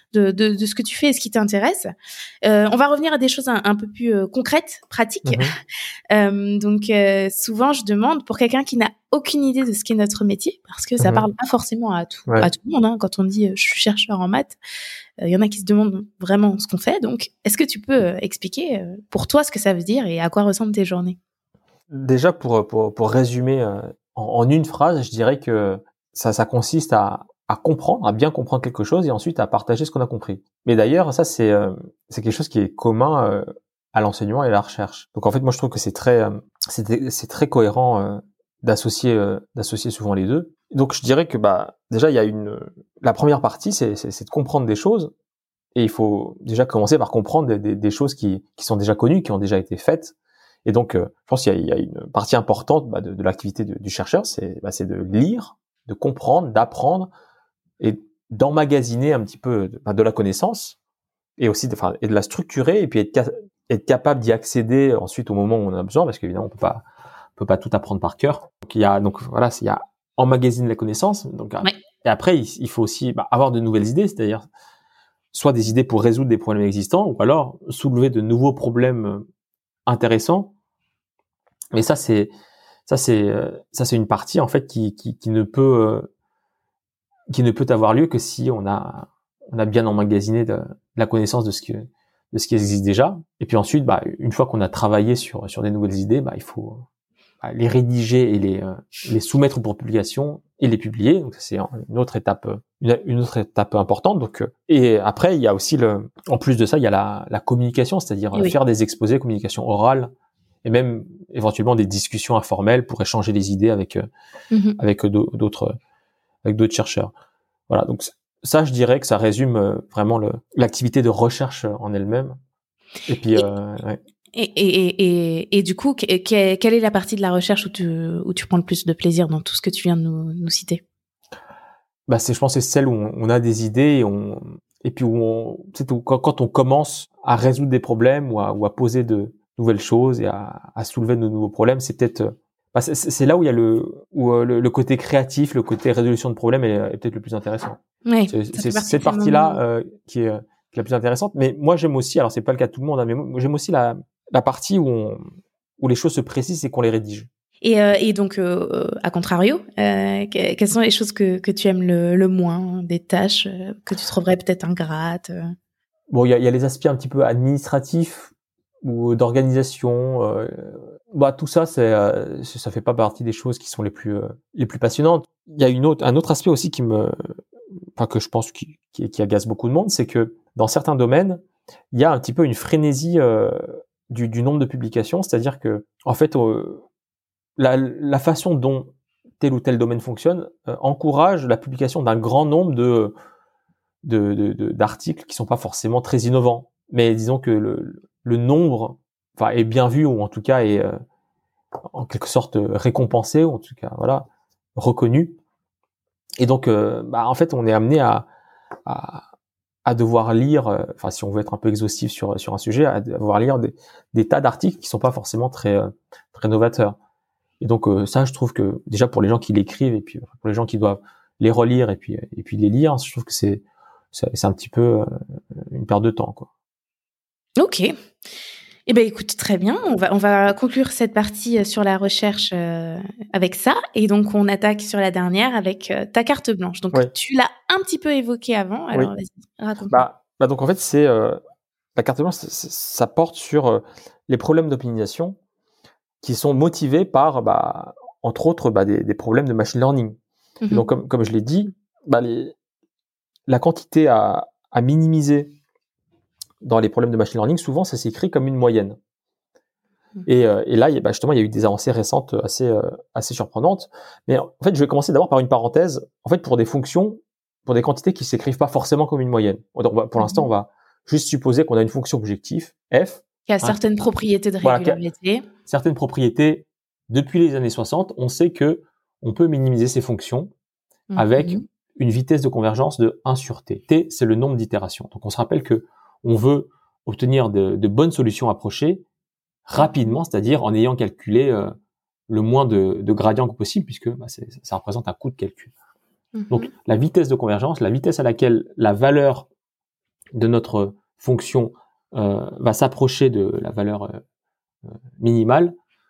de, de, de ce que tu fais et ce qui t'intéresse. Euh, on va revenir à des choses un, un peu plus euh, concrètes, pratiques. Mm-hmm. euh, donc, euh, souvent, je demande pour quelqu'un qui n'a aucune idée de ce qu'est notre métier, parce que ça mm-hmm. parle pas forcément à tout, ouais. à tout le monde. Hein. Quand on dit euh, je suis chercheur en maths, il euh, y en a qui se demandent vraiment ce qu'on fait. Donc, est-ce que tu peux euh, expliquer euh, pour toi ce que ça veut dire et à quoi ressemblent tes journées? Déjà, pour, pour, pour résumer euh, en, en une phrase, je dirais que ça, ça consiste à, à comprendre, à bien comprendre quelque chose et ensuite à partager ce qu'on a compris. Mais d'ailleurs, ça, c'est, euh, c'est quelque chose qui est commun euh, à l'enseignement et à la recherche. Donc, en fait, moi, je trouve que c'est très, euh, c'est, c'est très cohérent euh, d'associer, euh, d'associer souvent les deux. Donc, je dirais que, bah, déjà, il y a une, la première partie, c'est, c'est, c'est de comprendre des choses. Et il faut déjà commencer par comprendre des, des, des choses qui, qui sont déjà connues, qui ont déjà été faites. Et donc, euh, je pense qu'il y a, il y a une partie importante bah, de, de l'activité de, du chercheur, c'est, bah, c'est de lire, de comprendre, d'apprendre et d'emmagasiner un petit peu de, bah, de la connaissance et aussi de, enfin, et de la structurer et puis être, ca- être capable d'y accéder ensuite au moment où on en a besoin, parce qu'évidemment, on peut pas, on peut pas tout apprendre par cœur. Donc, il y a, donc voilà, il y a emmagasiner la connaissance. Donc, ouais. Et après, il, il faut aussi bah, avoir de nouvelles idées, c'est-à-dire soit des idées pour résoudre des problèmes existants, ou alors soulever de nouveaux problèmes intéressants. Mais ça, c'est ça, c'est ça, c'est une partie en fait qui qui, qui ne peut euh, qui ne peut avoir lieu que si on a on a bien emmagasiné de, de la connaissance de ce que de ce qui existe déjà. Et puis ensuite, bah, une fois qu'on a travaillé sur sur des nouvelles idées, bah, il faut bah, les rédiger et les euh, les soumettre pour publication et les publier. Donc c'est une autre étape une, une autre étape importante. Donc et après il y a aussi le en plus de ça il y a la la communication, c'est-à-dire oui. faire des exposés, communication orale et même éventuellement des discussions informelles pour échanger les idées avec euh, mm-hmm. avec d'autres avec d'autres chercheurs. Voilà, donc ça je dirais que ça résume euh, vraiment le l'activité de recherche en elle-même. Et puis et, euh, ouais. et, et, et, et du coup, que, que, quelle est la partie de la recherche où tu, où tu prends le plus de plaisir dans tout ce que tu viens de nous, nous citer? Bah, c'est, je pense, c'est celle où on, on a des idées et on, et puis où on, c'est où, quand, quand on commence à résoudre des problèmes ou à, ou à poser de nouvelles choses et à, à soulever de nouveaux problèmes, c'est peut-être, bah, c'est, c'est là où il y a le, où le, le côté créatif, le côté résolution de problèmes est, est peut-être le plus intéressant. Oui, c'est c'est cette partie-là euh, qui, est, qui est la plus intéressante. Mais moi, j'aime aussi, alors c'est pas le cas de tout le monde, hein, mais moi, j'aime aussi la, la partie où on, où les choses se précisent et qu'on les rédige. Et, euh, et donc, euh, à contrario, euh, quelles sont les choses que, que tu aimes le, le moins, des tâches euh, que tu trouverais peut-être ingrates euh... Bon, il y a, y a les aspects un petit peu administratifs ou d'organisation. Euh, bah tout ça, c'est, euh, ça fait pas partie des choses qui sont les plus euh, les plus passionnantes. Il y a une autre, un autre aspect aussi qui me, enfin que je pense qui, qui, qui agace beaucoup de monde, c'est que dans certains domaines, il y a un petit peu une frénésie euh, du, du nombre de publications, c'est-à-dire que en fait euh, La, la façon dont tel ou tel domaine fonctionne euh, encourage la publication d'un grand nombre de, de, de, de d'articles qui sont pas forcément très innovants, mais disons que le, le nombre, enfin, est bien vu ou en tout cas est euh, en quelque sorte récompensé ou en tout cas voilà reconnu. Et donc, euh, bah, en fait, on est amené à, à, à devoir lire, euh, enfin, si on veut être un peu exhaustif sur sur un sujet, à devoir lire des, des tas d'articles qui sont pas forcément très euh, très novateurs. Et donc euh, ça, je trouve que déjà pour les gens qui l'écrivent et puis pour les gens qui doivent les relire et puis et puis les lire, je trouve que c'est c'est, c'est un petit peu euh, une perte de temps, quoi. Ok. Eh ben écoute, très bien. On va on va conclure cette partie sur la recherche euh, avec ça, et donc on attaque sur la dernière avec euh, ta carte blanche. Donc ouais. Tu l'as un petit peu évoqué avant. Alors oui. Vas-y, raconte-moi. Bah, bah donc en fait c'est euh, la carte blanche, ça, ça porte sur euh, les problèmes d'optimisation qui sont motivés par, bah, entre autres, bah, des, des problèmes de machine learning. Mm-hmm. Et donc, comme, comme je l'ai dit, bah, les, la quantité à, à minimiser dans les problèmes de machine learning, souvent, ça s'écrit comme une moyenne. Mm-hmm. Et, euh, et là, bah, justement, il y a eu des avancées récentes assez, euh, assez surprenantes. Mais en fait, je vais commencer d'abord par une parenthèse. En fait, pour des fonctions, pour des quantités qui s'écrivent pas forcément comme une moyenne. Donc, pour mm-hmm. l'instant, on va juste supposer qu'on a une fonction objectif, f, qui a certaines hein, propriétés de régularité. Voilà, certaines propriétés, depuis les années soixante, on sait que on peut minimiser ces fonctions mmh. avec une vitesse de convergence de un sur t. T, c'est le nombre d'itérations. Donc, on se rappelle que on veut obtenir de, de bonnes solutions approchées rapidement, c'est-à-dire en ayant calculé euh, le moins de, de gradients possible, puisque bah, c'est, ça représente un coût de calcul. Mmh. Donc, la vitesse de convergence, la vitesse à laquelle la valeur de notre fonction euh, va s'approcher de la valeur euh, minimale,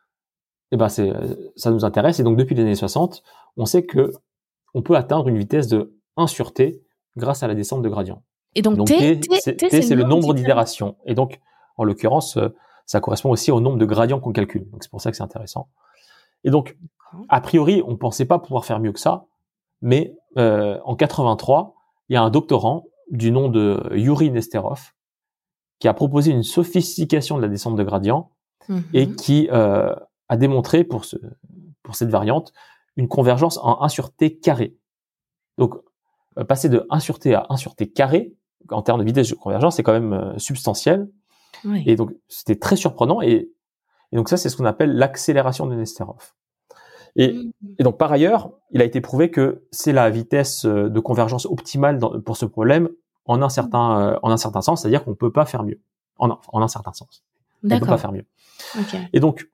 et ben c'est ça nous intéresse. Et donc depuis les années soixante, on sait que on peut atteindre une vitesse de un sur t grâce à la descente de gradient. Et donc, donc t, t, t, c'est, t, t, c'est c'est le nombre d'itérations. d'itérations. Et donc, en l'occurrence, ça correspond aussi au nombre de gradients qu'on calcule. Donc c'est pour ça que c'est intéressant. Et donc, a priori, on pensait pas pouvoir faire mieux que ça, mais euh, en quatre-vingt-trois, il y a un doctorant du nom de Yuri Nesterov qui a proposé une sophistication de la descente de gradient Mm-hmm. et qui euh, a démontré pour ce pour cette variante une convergence en un sur t carré. Donc euh, passer de un sur t à un sur t carré en termes de vitesse de convergence, c'est quand même euh, substantiel. Oui. Et donc c'était très surprenant. Et, et donc ça, c'est ce qu'on appelle l'accélération de Nesterov. Et, mmh. et donc par ailleurs, il a été prouvé que c'est la vitesse de convergence optimale dans, pour ce problème en un certain euh, en un certain sens, c'est-à-dire qu'on peut pas faire mieux. En un, en un certain sens, D'accord. on peut pas faire mieux. Okay. Et donc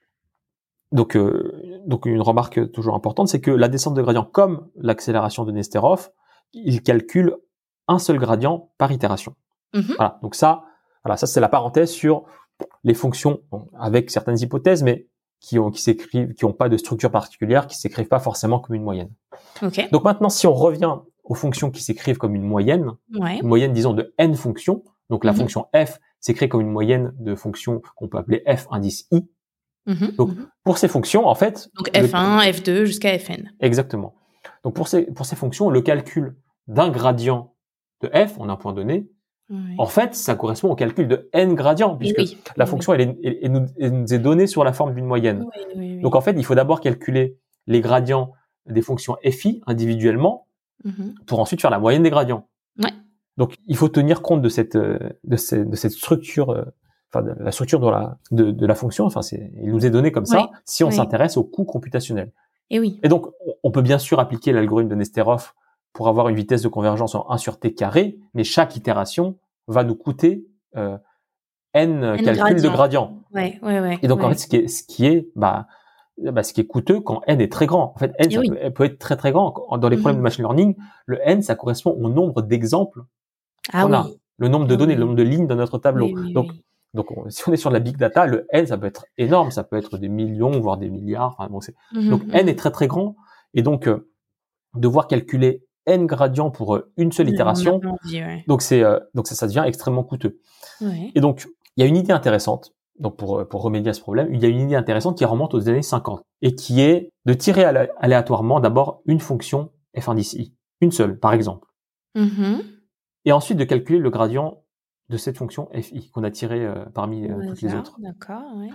donc euh, donc une remarque toujours importante, c'est que la descente de gradient comme l'accélération de Nesterov, il calcule un seul gradient par itération. Mm-hmm. Voilà. Donc ça, voilà, ça c'est la parenthèse sur les fonctions bon, avec certaines hypothèses, mais qui ont qui s'écrivent, qui ont pas de structure particulière, qui s'écrivent pas forcément comme une moyenne. Okay. Donc maintenant, si on revient aux fonctions qui s'écrivent comme une moyenne, ouais. une moyenne disons de n fonctions, donc la mm-hmm. fonction f s'écrit comme une moyenne de fonctions qu'on peut appeler f indice i. Mm-hmm. Donc pour ces fonctions, en fait, donc f un, le... f deux jusqu'à fn. Exactement. Donc pour ces pour ces fonctions, le calcul d'un gradient de f en un point donné, oui. en fait, ça correspond au calcul de n gradients, puisque oui, la oui, fonction, oui. Elle, est, elle, elle, nous, elle nous est donnée sur la forme d'une moyenne. Oui, oui, oui. Donc, en fait, il faut d'abord calculer les gradients des fonctions fi individuellement mm-hmm. pour ensuite faire la moyenne des gradients. Ouais. Donc, il faut tenir compte de cette, de cette, de cette structure, enfin, de la structure de la, de, de la fonction. Enfin, c'est, il nous est donné comme ça oui. si on oui. s'intéresse au coût computationnel. Et oui. Et donc, on peut bien sûr appliquer l'algorithme de Nesterov pour avoir une vitesse de convergence en un sur t carré, mais chaque itération va nous coûter euh, n, n calculs gradient. de gradient. Ouais, ouais, ouais. Et donc ouais. en fait, ce qui est, ce qui est, bah, bah, ce qui est coûteux quand n est très grand. En fait, n ça oui. peut, elle peut être très très grand. Dans les problèmes mm-hmm. de machine learning, le n ça correspond au nombre d'exemples ah, qu'on oui. a, le nombre de ah, données, oui. le nombre de lignes dans notre tableau. Oui, oui, donc, oui. donc on, si on est sur la big data, le n ça peut être énorme, ça peut être des millions voire des milliards. Enfin, bon, c'est, mm-hmm. donc n est très très grand et donc euh, devoir calculer n gradients pour euh, une seule itération. Envie, ouais. Donc c'est euh, donc ça, ça devient extrêmement coûteux. Ouais. Et donc il y a une idée intéressante. Donc pour pour remédier à ce problème, il y a une idée intéressante qui remonte aux années cinquante et qui est de tirer aléatoirement d'abord une fonction f indice i, une seule par exemple, mm-hmm. et ensuite de calculer le gradient de cette fonction fi qu'on a tiré euh, parmi euh, toutes les autres. D'accord. Ouais.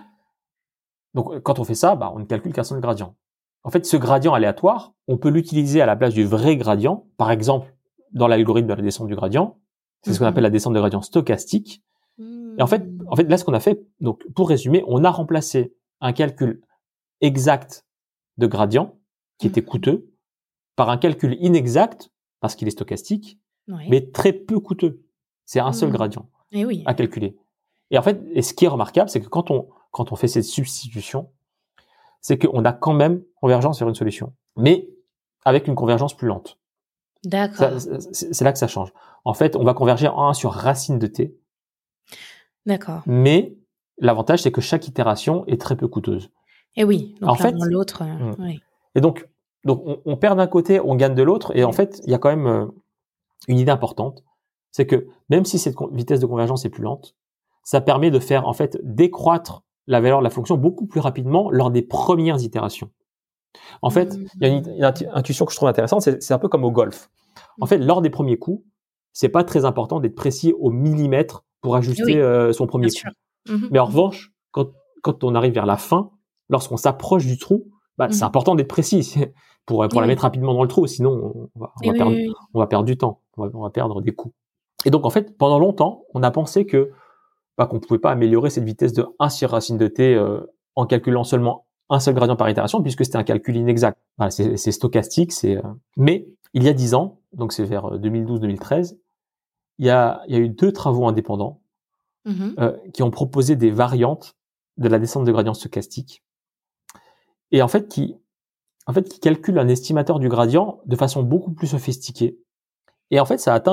Donc quand on fait ça, bah on ne calcule qu'un seul gradient. En fait, ce gradient aléatoire, on peut l'utiliser à la place du vrai gradient. Par exemple, dans l'algorithme de la descente du gradient, c'est mm-hmm. ce qu'on appelle la descente de gradient stochastique. Mm-hmm. Et en fait, en fait, là, ce qu'on a fait, donc pour résumer, on a remplacé un calcul exact de gradient qui mm-hmm. était coûteux par un calcul inexact parce qu'il est stochastique, oui. mais très peu coûteux. C'est un mm-hmm. seul gradient et oui. à calculer. Et en fait, et ce qui est remarquable, c'est que quand on quand on fait cette substitution, c'est qu'on a quand même convergence vers une solution, mais avec une convergence plus lente. D'accord. Ça, c'est, c'est là que ça change. En fait, on va converger en un sur racine de t. D'accord. Mais l'avantage, c'est que chaque itération est très peu coûteuse. Et oui. Donc en l'un fait, dans l'autre. Euh, mmh. oui. Et donc, donc on, on perd d'un côté, on gagne de l'autre. Et en fait, il y a quand même euh, une idée importante, c'est que même si cette vitesse de convergence est plus lente, ça permet de faire en fait décroître la valeur de la fonction beaucoup plus rapidement lors des premières itérations. En fait, il mmh. y a une, une intuition que je trouve intéressante, c'est, c'est un peu comme au golf. En fait, lors des premiers coups, c'est pas très important d'être précis au millimètre pour ajuster oui, euh, son premier coup. Mmh. Mais en revanche, quand, quand on arrive vers la fin, lorsqu'on s'approche du trou, bah, mmh. c'est important d'être précis pour, pour oui. la mettre rapidement dans le trou, sinon on va, on va, perdre, oui, oui. on va perdre du temps, on va, on va perdre des coups. Et donc, en fait, pendant longtemps, on a pensé que bah, qu'on pouvait pas améliorer cette vitesse de un sur racine de t euh, en calculant seulement un seul gradient par itération, puisque c'était un calcul inexact. Voilà, c'est, c'est stochastique, c'est. Euh... Mais il y a dix ans, donc c'est vers deux mille douze deux mille treize, il y a, il y a eu deux travaux indépendants mm-hmm. euh, qui ont proposé des variantes de la descente de gradient stochastique, et en fait qui, en fait, qui calculent un estimateur du gradient de façon beaucoup plus sophistiquée. Et en fait, ça atteint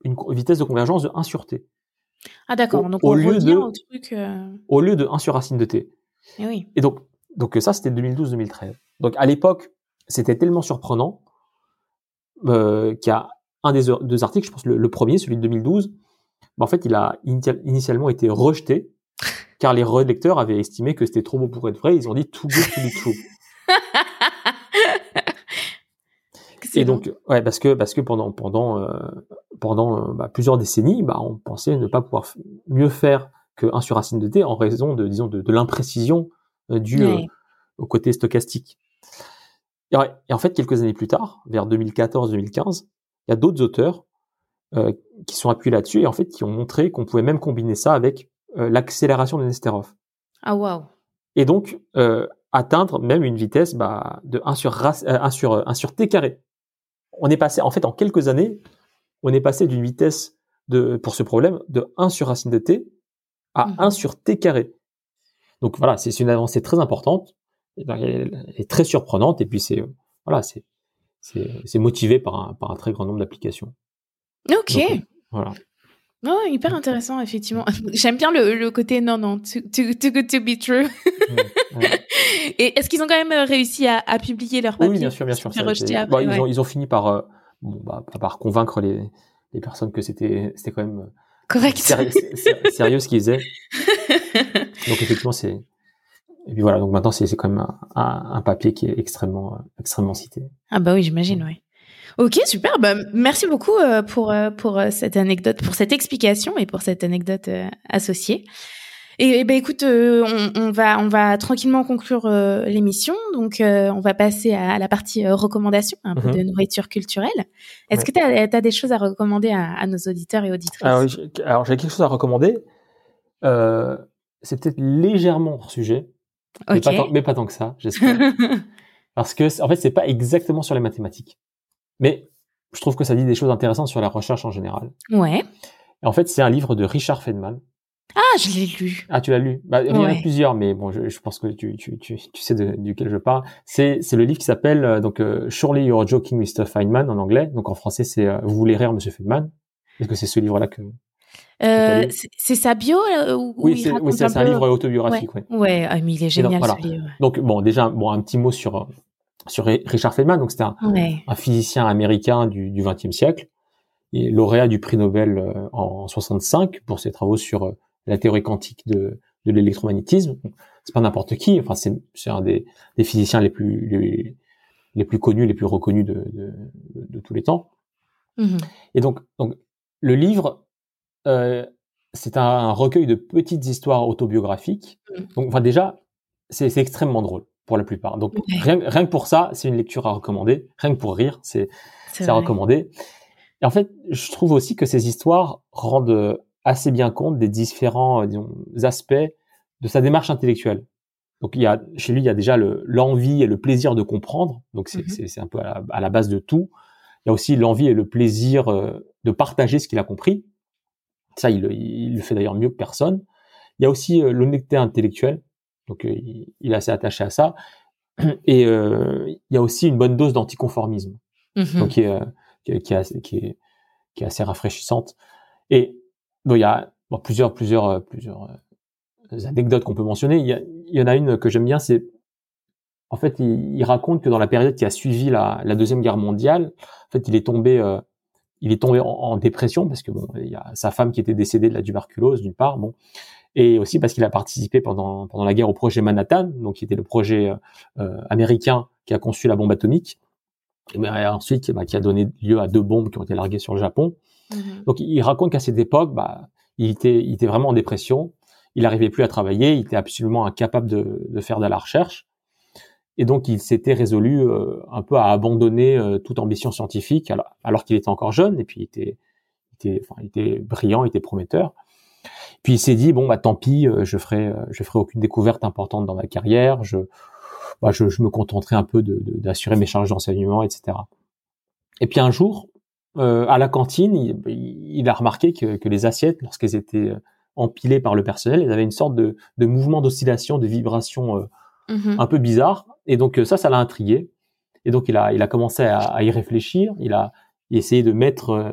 une vitesse de convergence de un sur t. Ah d'accord, au, donc au on lieu revient de, au truc... Euh... Au lieu de un sur racine de t. Et oui. Et donc, donc ça, c'était deux mille douze deux mille treize. Donc à l'époque, c'était tellement surprenant euh, qu'il y a un des deux articles, je pense le, le premier, celui de deux mille douze, bah, en fait, il a initialement été rejeté car les relecteurs avaient estimé que c'était trop beau pour être vrai. Ils ont dit too good to be true. Et donc, ouais, parce que parce que pendant pendant euh, pendant euh, bah, plusieurs décennies, bah, on pensait ne pas pouvoir f- mieux faire que un sur racine de t en raison de disons de, de l'imprécision euh, due ouais. euh, au côté stochastique. Et, ouais, et en fait, quelques années plus tard, vers deux mille quatorze deux mille quinze, il y a d'autres auteurs euh, qui sont appuyés là-dessus et en fait qui ont montré qu'on pouvait même combiner ça avec euh, l'accélération de Nesterov. Ah waouh. Et donc euh, atteindre même une vitesse bah, de un sur rac- euh, un sur un sur t carré. On est passé, en fait, en quelques années, on est passé d'une vitesse de, pour ce problème, de un sur racine de t à Mhm. un sur t carré. Donc voilà, c'est une avancée très importante, elle est très surprenante, et puis c'est, voilà, c'est, c'est, c'est motivé par un, par un très grand nombre d'applications. Ok. Donc, voilà. Oh, hyper intéressant, effectivement. J'aime bien le, le côté non, non, too, too, too good to be true. Ouais, ouais. Et est-ce qu'ils ont quand même réussi à, à publier leur papier? Oui, bien sûr, bien sûr. Ça, rejeté après, bah, ils ouais. ont, ils ont fini par, euh, bon, bah, par convaincre les, les personnes que c'était, c'était quand même Correct. Sérieux, sérieux ce qu'ils faisaient. Donc effectivement, c'est et puis voilà. Donc maintenant, c'est c'est quand même un, un, un papier qui est extrêmement extrêmement cité. Ah bah oui, j'imagine, ouais. Ok, super. Bah merci beaucoup euh, pour euh, pour euh, cette anecdote, pour cette explication et pour cette anecdote euh, associée. Et, et ben écoute, euh, on, on va on va tranquillement conclure euh, l'émission. Donc euh, on va passer à, à la partie euh, recommandations, un peu Mm-hmm. de nourriture culturelle. Est-ce ouais. que tu as, as des choses à recommander à, à nos auditeurs et auditrices? Alors, j'ai, alors j'ai quelque chose à recommander. Euh, c'est peut-être légèrement hors sujet, okay. mais pas tant, mais pas tant que ça, j'espère. Parce que en fait, c'est pas exactement sur les mathématiques, mais je trouve que ça dit des choses intéressantes sur la recherche en général. Ouais. Et en fait, c'est un livre de Richard Feynman. Ah, je l'ai lu. Ah, tu l'as lu. Bah, il y en a ouais. plusieurs, mais bon, je, je pense que tu, tu, tu, tu sais de, duquel je parle. C'est, c'est le livre qui s'appelle euh, donc euh, Surely You're Joking, mister Feynman en anglais. Donc en français, c'est euh, Vous voulez rire, Monsieur Feynman. Est-ce que c'est ce livre-là que, euh, que c'est, c'est sa bio euh, où, oui, où il c'est, raconte oui, c'est, un c'est peu... un livre autobiographique. Ouais, ouais. ouais. Ah, mais il est génial donc, voilà. ce livre. Donc bon, déjà, bon, un petit mot sur sur Richard Feynman. Donc c'était un, ouais. un physicien américain du du vingtième siècle, et lauréat du prix Nobel euh, en soixante-cinq pour ses travaux sur euh, la théorie quantique de de l'électromagnétisme. C'est pas n'importe qui. Enfin, c'est c'est un des des physiciens les plus les, les plus connus, les plus reconnus de de, de, de tous les temps. Mm-hmm. Et donc donc le livre euh, c'est un, un recueil de petites histoires autobiographiques. Mm-hmm. Donc enfin déjà c'est c'est extrêmement drôle pour la plupart. Donc ouais. rien rien que pour ça, c'est une lecture à recommander. Rien que pour rire, c'est c'est, c'est à recommander. Et en fait, je trouve aussi que ces histoires rendent assez bien compte des différents euh, disons, aspects de sa démarche intellectuelle. Donc il y a chez lui il y a déjà le, l'envie et le plaisir de comprendre. Donc c'est, mm-hmm. c'est, c'est un peu à la, à la base de tout. Il y a aussi l'envie et le plaisir euh, de partager ce qu'il a compris. Ça il, il le fait d'ailleurs mieux que personne. Il y a aussi euh, l'honnêteté intellectuelle. Donc euh, il, il est assez attaché à ça. Et euh, il y a aussi une bonne dose d'anticonformisme. Mm-hmm. Donc qui est, qui est, qui est, qui est, qui est assez rafraîchissante. Et bon, il y a bon, plusieurs, plusieurs, plusieurs euh, anecdotes qu'on peut mentionner. Il y, a, il y en a une que j'aime bien, c'est en fait, il, il raconte que dans la période qui a suivi la, la deuxième guerre mondiale, en fait, il est tombé, euh, il est tombé en, en dépression parce que bon, il y a sa femme qui était décédée de la tuberculose d'une part, bon, et aussi parce qu'il a participé pendant pendant la guerre au projet Manhattan, donc qui était le projet euh, américain qui a conçu la bombe atomique. Et ben, ensuite, bah, qui a donné lieu à deux bombes qui ont été larguées sur le Japon. Mmh. Donc, il raconte qu'à cette époque, bah, il était, il était vraiment en dépression. Il n'arrivait plus à travailler. Il était absolument incapable de, de faire de la recherche. Et donc, il s'était résolu euh, un peu à abandonner euh, toute ambition scientifique, alors, alors qu'il était encore jeune. Et puis, il était, il était, enfin, il était brillant, il était prometteur. Puis, il s'est dit, bon, bah, tant pis, euh, je ferai, euh, je ferai aucune découverte importante dans ma carrière. Je, bah, je, je me contenterai un peu de, de, d'assurer mes charges d'enseignement, et cetera. Et puis un jour, euh, à la cantine, il, il a remarqué que, que les assiettes, lorsqu'elles étaient empilées par le personnel, elles avaient une sorte de, de mouvement d'oscillation, de vibration euh, mm-hmm. un peu bizarre. Et donc ça, ça l'a intrigué. Et donc il a, il a commencé à, à y réfléchir. Il a, il a essayé de mettre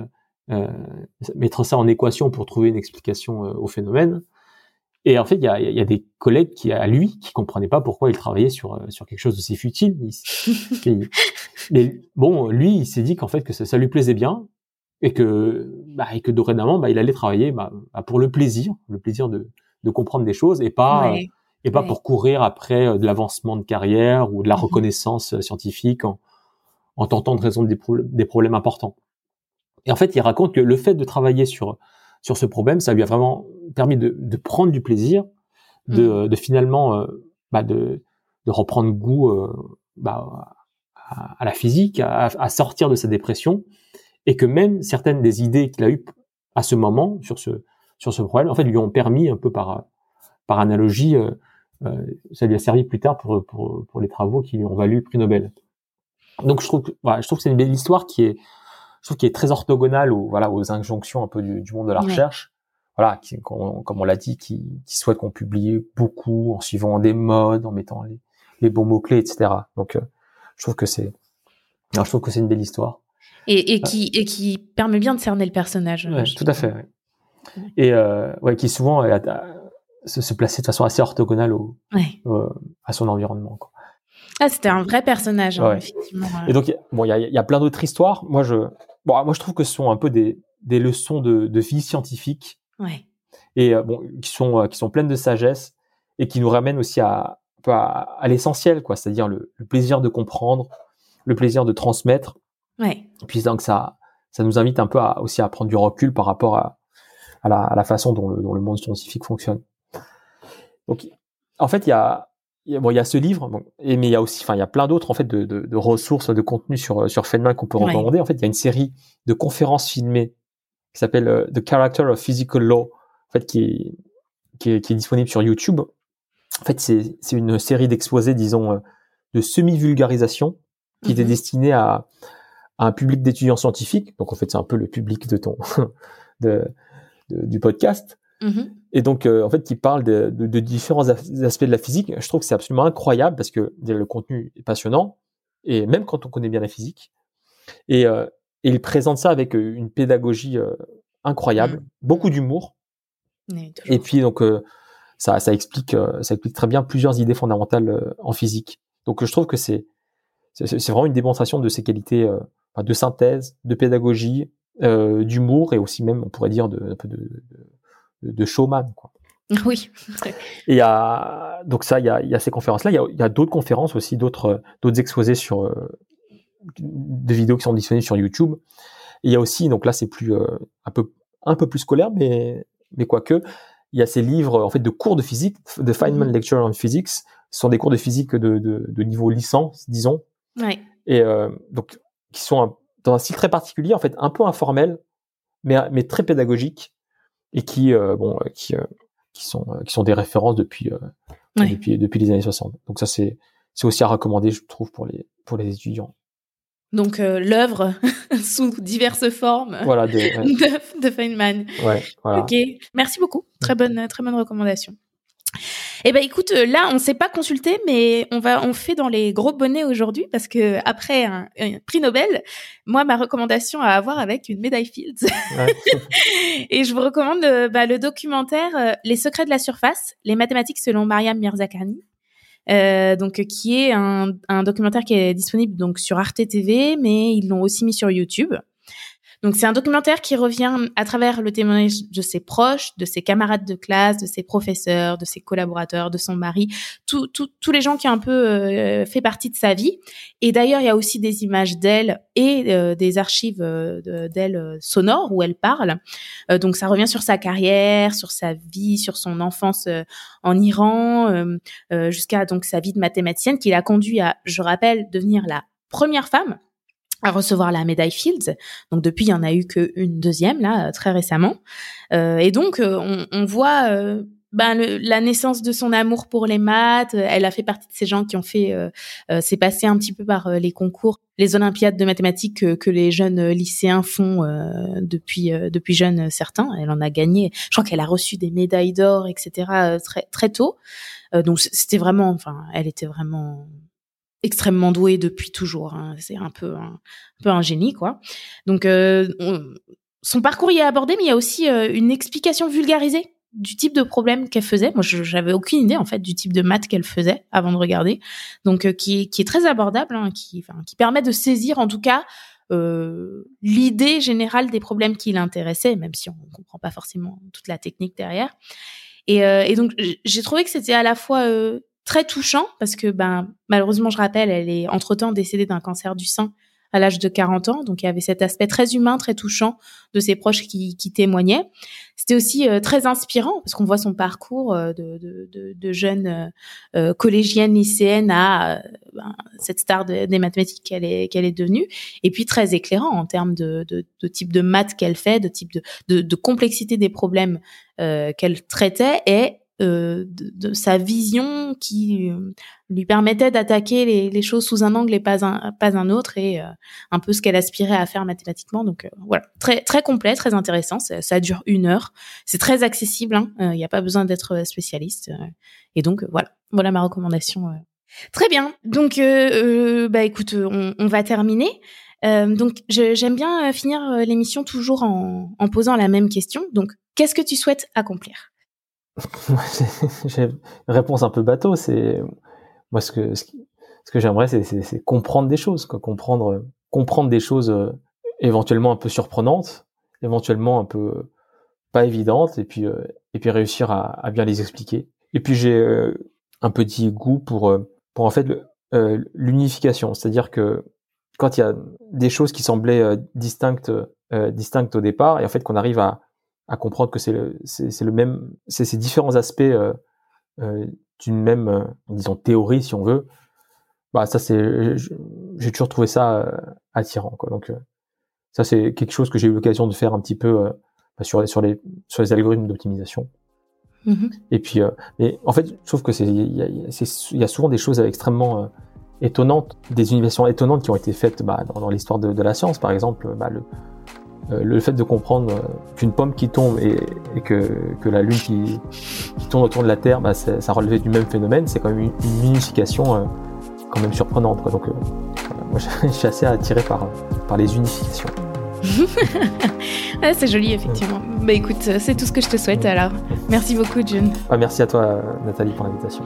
euh, mettre ça en équation pour trouver une explication euh, au phénomène. Et en fait, il y a, il y a des collègues qui, à lui, qui comprenaient pas pourquoi il travaillait sur sur quelque chose d'aussi futile. Il, mais bon, lui, il s'est dit qu'en fait que ça, ça lui plaisait bien et que bah, et que dorénavant, bah, il allait travailler bah, pour le plaisir, le plaisir de de comprendre des choses et pas Ouais. et pas Ouais. pour courir après de l'avancement de carrière ou de la Mhm. reconnaissance scientifique en en tentant de résoudre des, pro- des problèmes importants. Et en fait, il raconte que le fait de travailler sur sur ce problème, ça lui a vraiment permis de, de prendre du plaisir, de, Mhm. de finalement euh, bah de, de reprendre goût euh, bah, à, à la physique, à, à sortir de sa dépression, et que même certaines des idées qu'il a eues à ce moment sur ce sur ce problème, en fait, lui ont permis un peu par par analogie, euh, euh, ça lui a servi plus tard pour pour pour les travaux qui lui ont valu le prix Nobel. Donc je trouve que voilà, je trouve que c'est une belle histoire qui est je trouve qu'il est très orthogonal aux, voilà, aux injonctions un peu du, du monde de la Ouais. recherche. Voilà, qui, comme, comme on l'a dit, qui, qui souhaite qu'on publie beaucoup en suivant des modes, en mettant les, les bons mots-clés, et cetera. Donc, euh, je trouve que c'est, non, je trouve que c'est une belle histoire. Et, et qui et qui permet bien de cerner le personnage. Ouais, je tout à trouve. fait. Ouais. Et euh, ouais, qui souvent euh, se, se placer de façon assez orthogonale au, Ouais. euh, à son environnement, quoi. Ah, c'était un vrai personnage, hein, Ouais. effectivement. Et donc, bon, il y a, y a plein d'autres histoires. Moi, je, bon, moi, je trouve que ce sont un peu des, des leçons de, de vie scientifique. Ouais. Et euh, bon, qui sont euh, qui sont pleines de sagesse et qui nous ramènent aussi à à, à l'essentiel, quoi, c'est-à-dire le, le plaisir de comprendre, le plaisir de transmettre. Ouais. Et puis donc ça ça nous invite un peu à, aussi à prendre du recul par rapport à à la, à la façon dont le dont le monde scientifique fonctionne. Donc en fait il y a il y a, bon, il y a ce livre, bon, et mais il y a aussi, enfin, il y a plein d'autres en fait de, de, de ressources, de contenus sur sur Feynman qu'on peut Ouais. recommander. En fait, il y a une série de conférences filmées qui s'appelle uh, The Character of Physical Law, en fait, qui est qui est, qui est disponible sur YouTube. En fait, c'est c'est une série d'exposés, disons, euh, de semi-vulgarisation qui Mm-hmm. était destinée à, à un public d'étudiants scientifiques. Donc en fait, c'est un peu le public de ton de, de du podcast. Mm-hmm. Et donc, euh, en fait, qui parle de, de, de différents aspects de la physique. Je trouve que c'est absolument incroyable parce que le contenu est passionnant, et même quand on connaît bien la physique. Et, euh, et il présente ça avec une pédagogie euh, incroyable, Mm. beaucoup d'humour. Ouais, et puis donc, euh, ça, ça explique, euh, ça explique très bien plusieurs idées fondamentales euh, en physique. Donc, je trouve que c'est, c'est, c'est vraiment une démonstration de ses qualités euh, de synthèse, de pédagogie, euh, d'humour et aussi même, on pourrait dire, de, un peu de, de, de showman, quoi. Oui. Et il y a donc ça, il y a, il y a ces conférences-là. Il y a, il y a d'autres conférences aussi, d'autres, d'autres exposés sur euh, de vidéos qui sont disponibles sur YouTube. Et il y a aussi, donc là, c'est plus euh, un peu un peu plus scolaire, mais mais quoique, il y a ces livres en fait de cours de physique, de Feynman Mm-hmm. Lecture on Physics. Ce sont des cours de physique de de, de niveau licence, disons. Ouais. Et euh, donc qui sont un, dans un style très particulier, en fait, un peu informel, mais mais très pédagogique, et qui euh, bon qui euh, qui sont qui sont des références depuis euh, Ouais. depuis depuis les années soixante. Donc ça c'est c'est aussi à recommander, je trouve, pour les pour les étudiants. Donc euh, l'œuvre sous diverses formes Voilà, de, ouais. de, de Feynman. Ouais, voilà. Ok, merci beaucoup. Très bonne, très bonne recommandation. Eh ben écoute, là on s'est pas consulté, mais on va, on fait dans les gros bonnets aujourd'hui parce que après un, un prix Nobel, moi ma recommandation à avoir avec une médaille Fields. Ouais. Et je vous recommande euh, bah, le documentaire euh, Les secrets de la surface, les mathématiques selon Mariam Mirzakhani. Euh, donc qui est un, un documentaire qui est disponible donc sur Arte T V, mais ils l'ont aussi mis sur YouTube. Donc c'est un documentaire qui revient à travers le témoignage de ses proches, de ses camarades de classe, de ses professeurs, de ses collaborateurs, de son mari, tous tout, tous les gens qui ont un peu euh, fait partie de sa vie. Et d'ailleurs, il y a aussi des images d'elle et euh, des archives euh, d'elle euh, sonores où elle parle. Euh, donc ça revient sur sa carrière, sur sa vie, sur son enfance euh, en Iran, euh, euh, jusqu'à donc sa vie de mathématicienne qui l'a conduit à, je rappelle, devenir la première femme à recevoir la médaille Fields. Donc depuis, il y en a eu qu'une deuxième là, très récemment. Euh, et donc euh, on, on voit euh, ben le, la naissance de son amour pour les maths. Elle a fait partie de ces gens qui ont fait, euh, euh, c'est passé un petit peu par euh, les concours, les olympiades de mathématiques que, que les jeunes lycéens font euh, depuis euh, depuis jeunes certains. Elle en a gagné. Je crois qu'elle a reçu des médailles d'or, et cetera. très très tôt. Euh, donc c'était vraiment, enfin, elle était vraiment extrêmement douée depuis toujours, hein. C'est un peu un, un peu un génie, quoi. Donc euh, on, son parcours y est abordé, mais il y a aussi euh, une explication vulgarisée du type de problème qu'elle faisait. Moi, je, j'avais aucune idée en fait du type de maths qu'elle faisait avant de regarder. Donc, euh, qui, est, qui est très abordable, hein, qui, enfin, qui permet de saisir en tout cas euh, l'idée générale des problèmes qui l'intéressaient, même si on ne comprend pas forcément toute la technique derrière. Et, euh, et donc, j'ai trouvé que c'était à la fois euh, très touchant parce que, ben, malheureusement, je rappelle, elle est entre-temps décédée d'un cancer du sein à l'âge de quarante ans. Donc, il y avait cet aspect très humain, très touchant de ses proches qui, qui témoignaient. C'était aussi euh, très inspirant parce qu'on voit son parcours euh, de, de, de, de jeune euh, collégienne, lycéenne à euh, ben, cette star de, des mathématiques qu'elle est, qu'elle est devenue. Et puis, très éclairant en termes de, de, de type de maths qu'elle fait, de type de, de, de complexité des problèmes euh, qu'elle traitait et Euh, de, de sa vision qui euh, lui permettait d'attaquer les, les choses sous un angle et pas un, pas un autre, et euh, un peu ce qu'elle aspirait à faire mathématiquement. Donc euh, voilà, très très complet, très intéressant. Ça, ça dure une heure. C'est très accessible. Il hein. n'y euh, a pas besoin d'être spécialiste. Euh, et donc euh, voilà, voilà ma recommandation. Euh. Très bien. Donc euh, euh, bah écoute, on, on va terminer. Euh, donc je, j'aime bien finir l'émission toujours en, en posant la même question. Donc qu'est-ce que tu souhaites accomplir? J'ai une réponse un peu bateau. C'est moi ce que ce, qui, ce que j'aimerais, c'est, c'est, c'est comprendre des choses, quoi. Comprendre comprendre des choses euh, éventuellement un peu surprenantes, éventuellement un peu pas évidentes, et puis euh, et puis réussir à, à bien les expliquer. Et puis j'ai euh, un petit goût pour euh, pour en fait le, euh, l'unification, c'est-à-dire que quand il y a des choses qui semblaient euh, distinctes euh, distinctes au départ, et en fait qu'on arrive à à comprendre que c'est le, c'est, c'est le même, c'est ces différents aspects euh, euh, d'une même, euh, disons, théorie, si on veut. Bah ça, c'est, j'ai toujours trouvé ça euh, attirant, quoi. Donc euh, ça, c'est quelque chose que j'ai eu l'occasion de faire un petit peu euh, sur les sur les sur les algorithmes d'optimisation. Mm-hmm. Et puis, euh, mais en fait, je trouve que c'est il y a, il y a souvent des choses extrêmement euh, étonnantes, des innovations étonnantes qui ont été faites bah, dans, dans l'histoire de, de la science, par exemple, bah, le Euh, le fait de comprendre euh, qu'une pomme qui tombe et, et que, que la Lune qui, qui tourne autour de la Terre, bah, ça relevait du même phénomène, c'est quand même une, une unification euh, quand même surprenante, quoi. Donc, euh, voilà, moi, je suis assez attiré par, par les unifications. Ah, c'est joli, effectivement. Ouais. Bah écoute, c'est tout ce que je te souhaite, ouais. Alors. Merci beaucoup, June. Ah, merci à toi, Nathalie, pour l'invitation.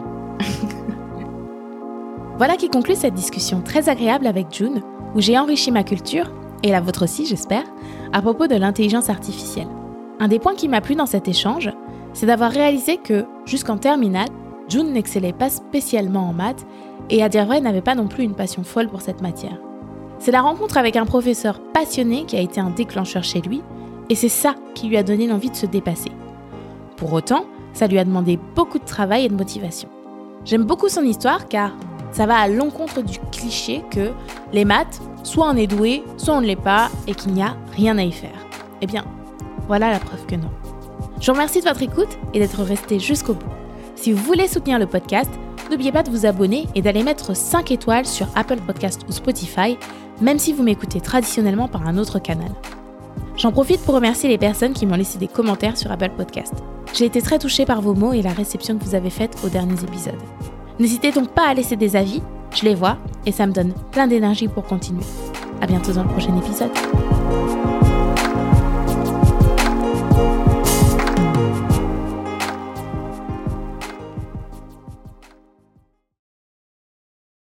Voilà qui conclut cette discussion très agréable avec June, où j'ai enrichi ma culture, et la vôtre aussi, j'espère, à propos de l'intelligence artificielle. Un des points qui m'a plu dans cet échange, c'est d'avoir réalisé que, jusqu'en terminale, June n'excellait pas spécialement en maths et, à dire vrai, n'avait pas non plus une passion folle pour cette matière. C'est la rencontre avec un professeur passionné qui a été un déclencheur chez lui, et c'est ça qui lui a donné l'envie de se dépasser. Pour autant, ça lui a demandé beaucoup de travail et de motivation. J'aime beaucoup son histoire car ça va à l'encontre du cliché que les maths, soit on est doué, soit on ne l'est pas, et qu'il n'y a rien à y faire. Eh bien, voilà la preuve que non. Je vous remercie de votre écoute et d'être resté jusqu'au bout. Si vous voulez soutenir le podcast, n'oubliez pas de vous abonner et d'aller mettre cinq étoiles sur Apple Podcast ou Spotify, même si vous m'écoutez traditionnellement par un autre canal. J'en profite pour remercier les personnes qui m'ont laissé des commentaires sur Apple Podcast. J'ai été très touchée par vos mots et la réception que vous avez faite aux derniers épisodes. N'hésitez donc pas à laisser des avis, je les vois et ça me donne plein d'énergie pour continuer. À bientôt dans le prochain épisode.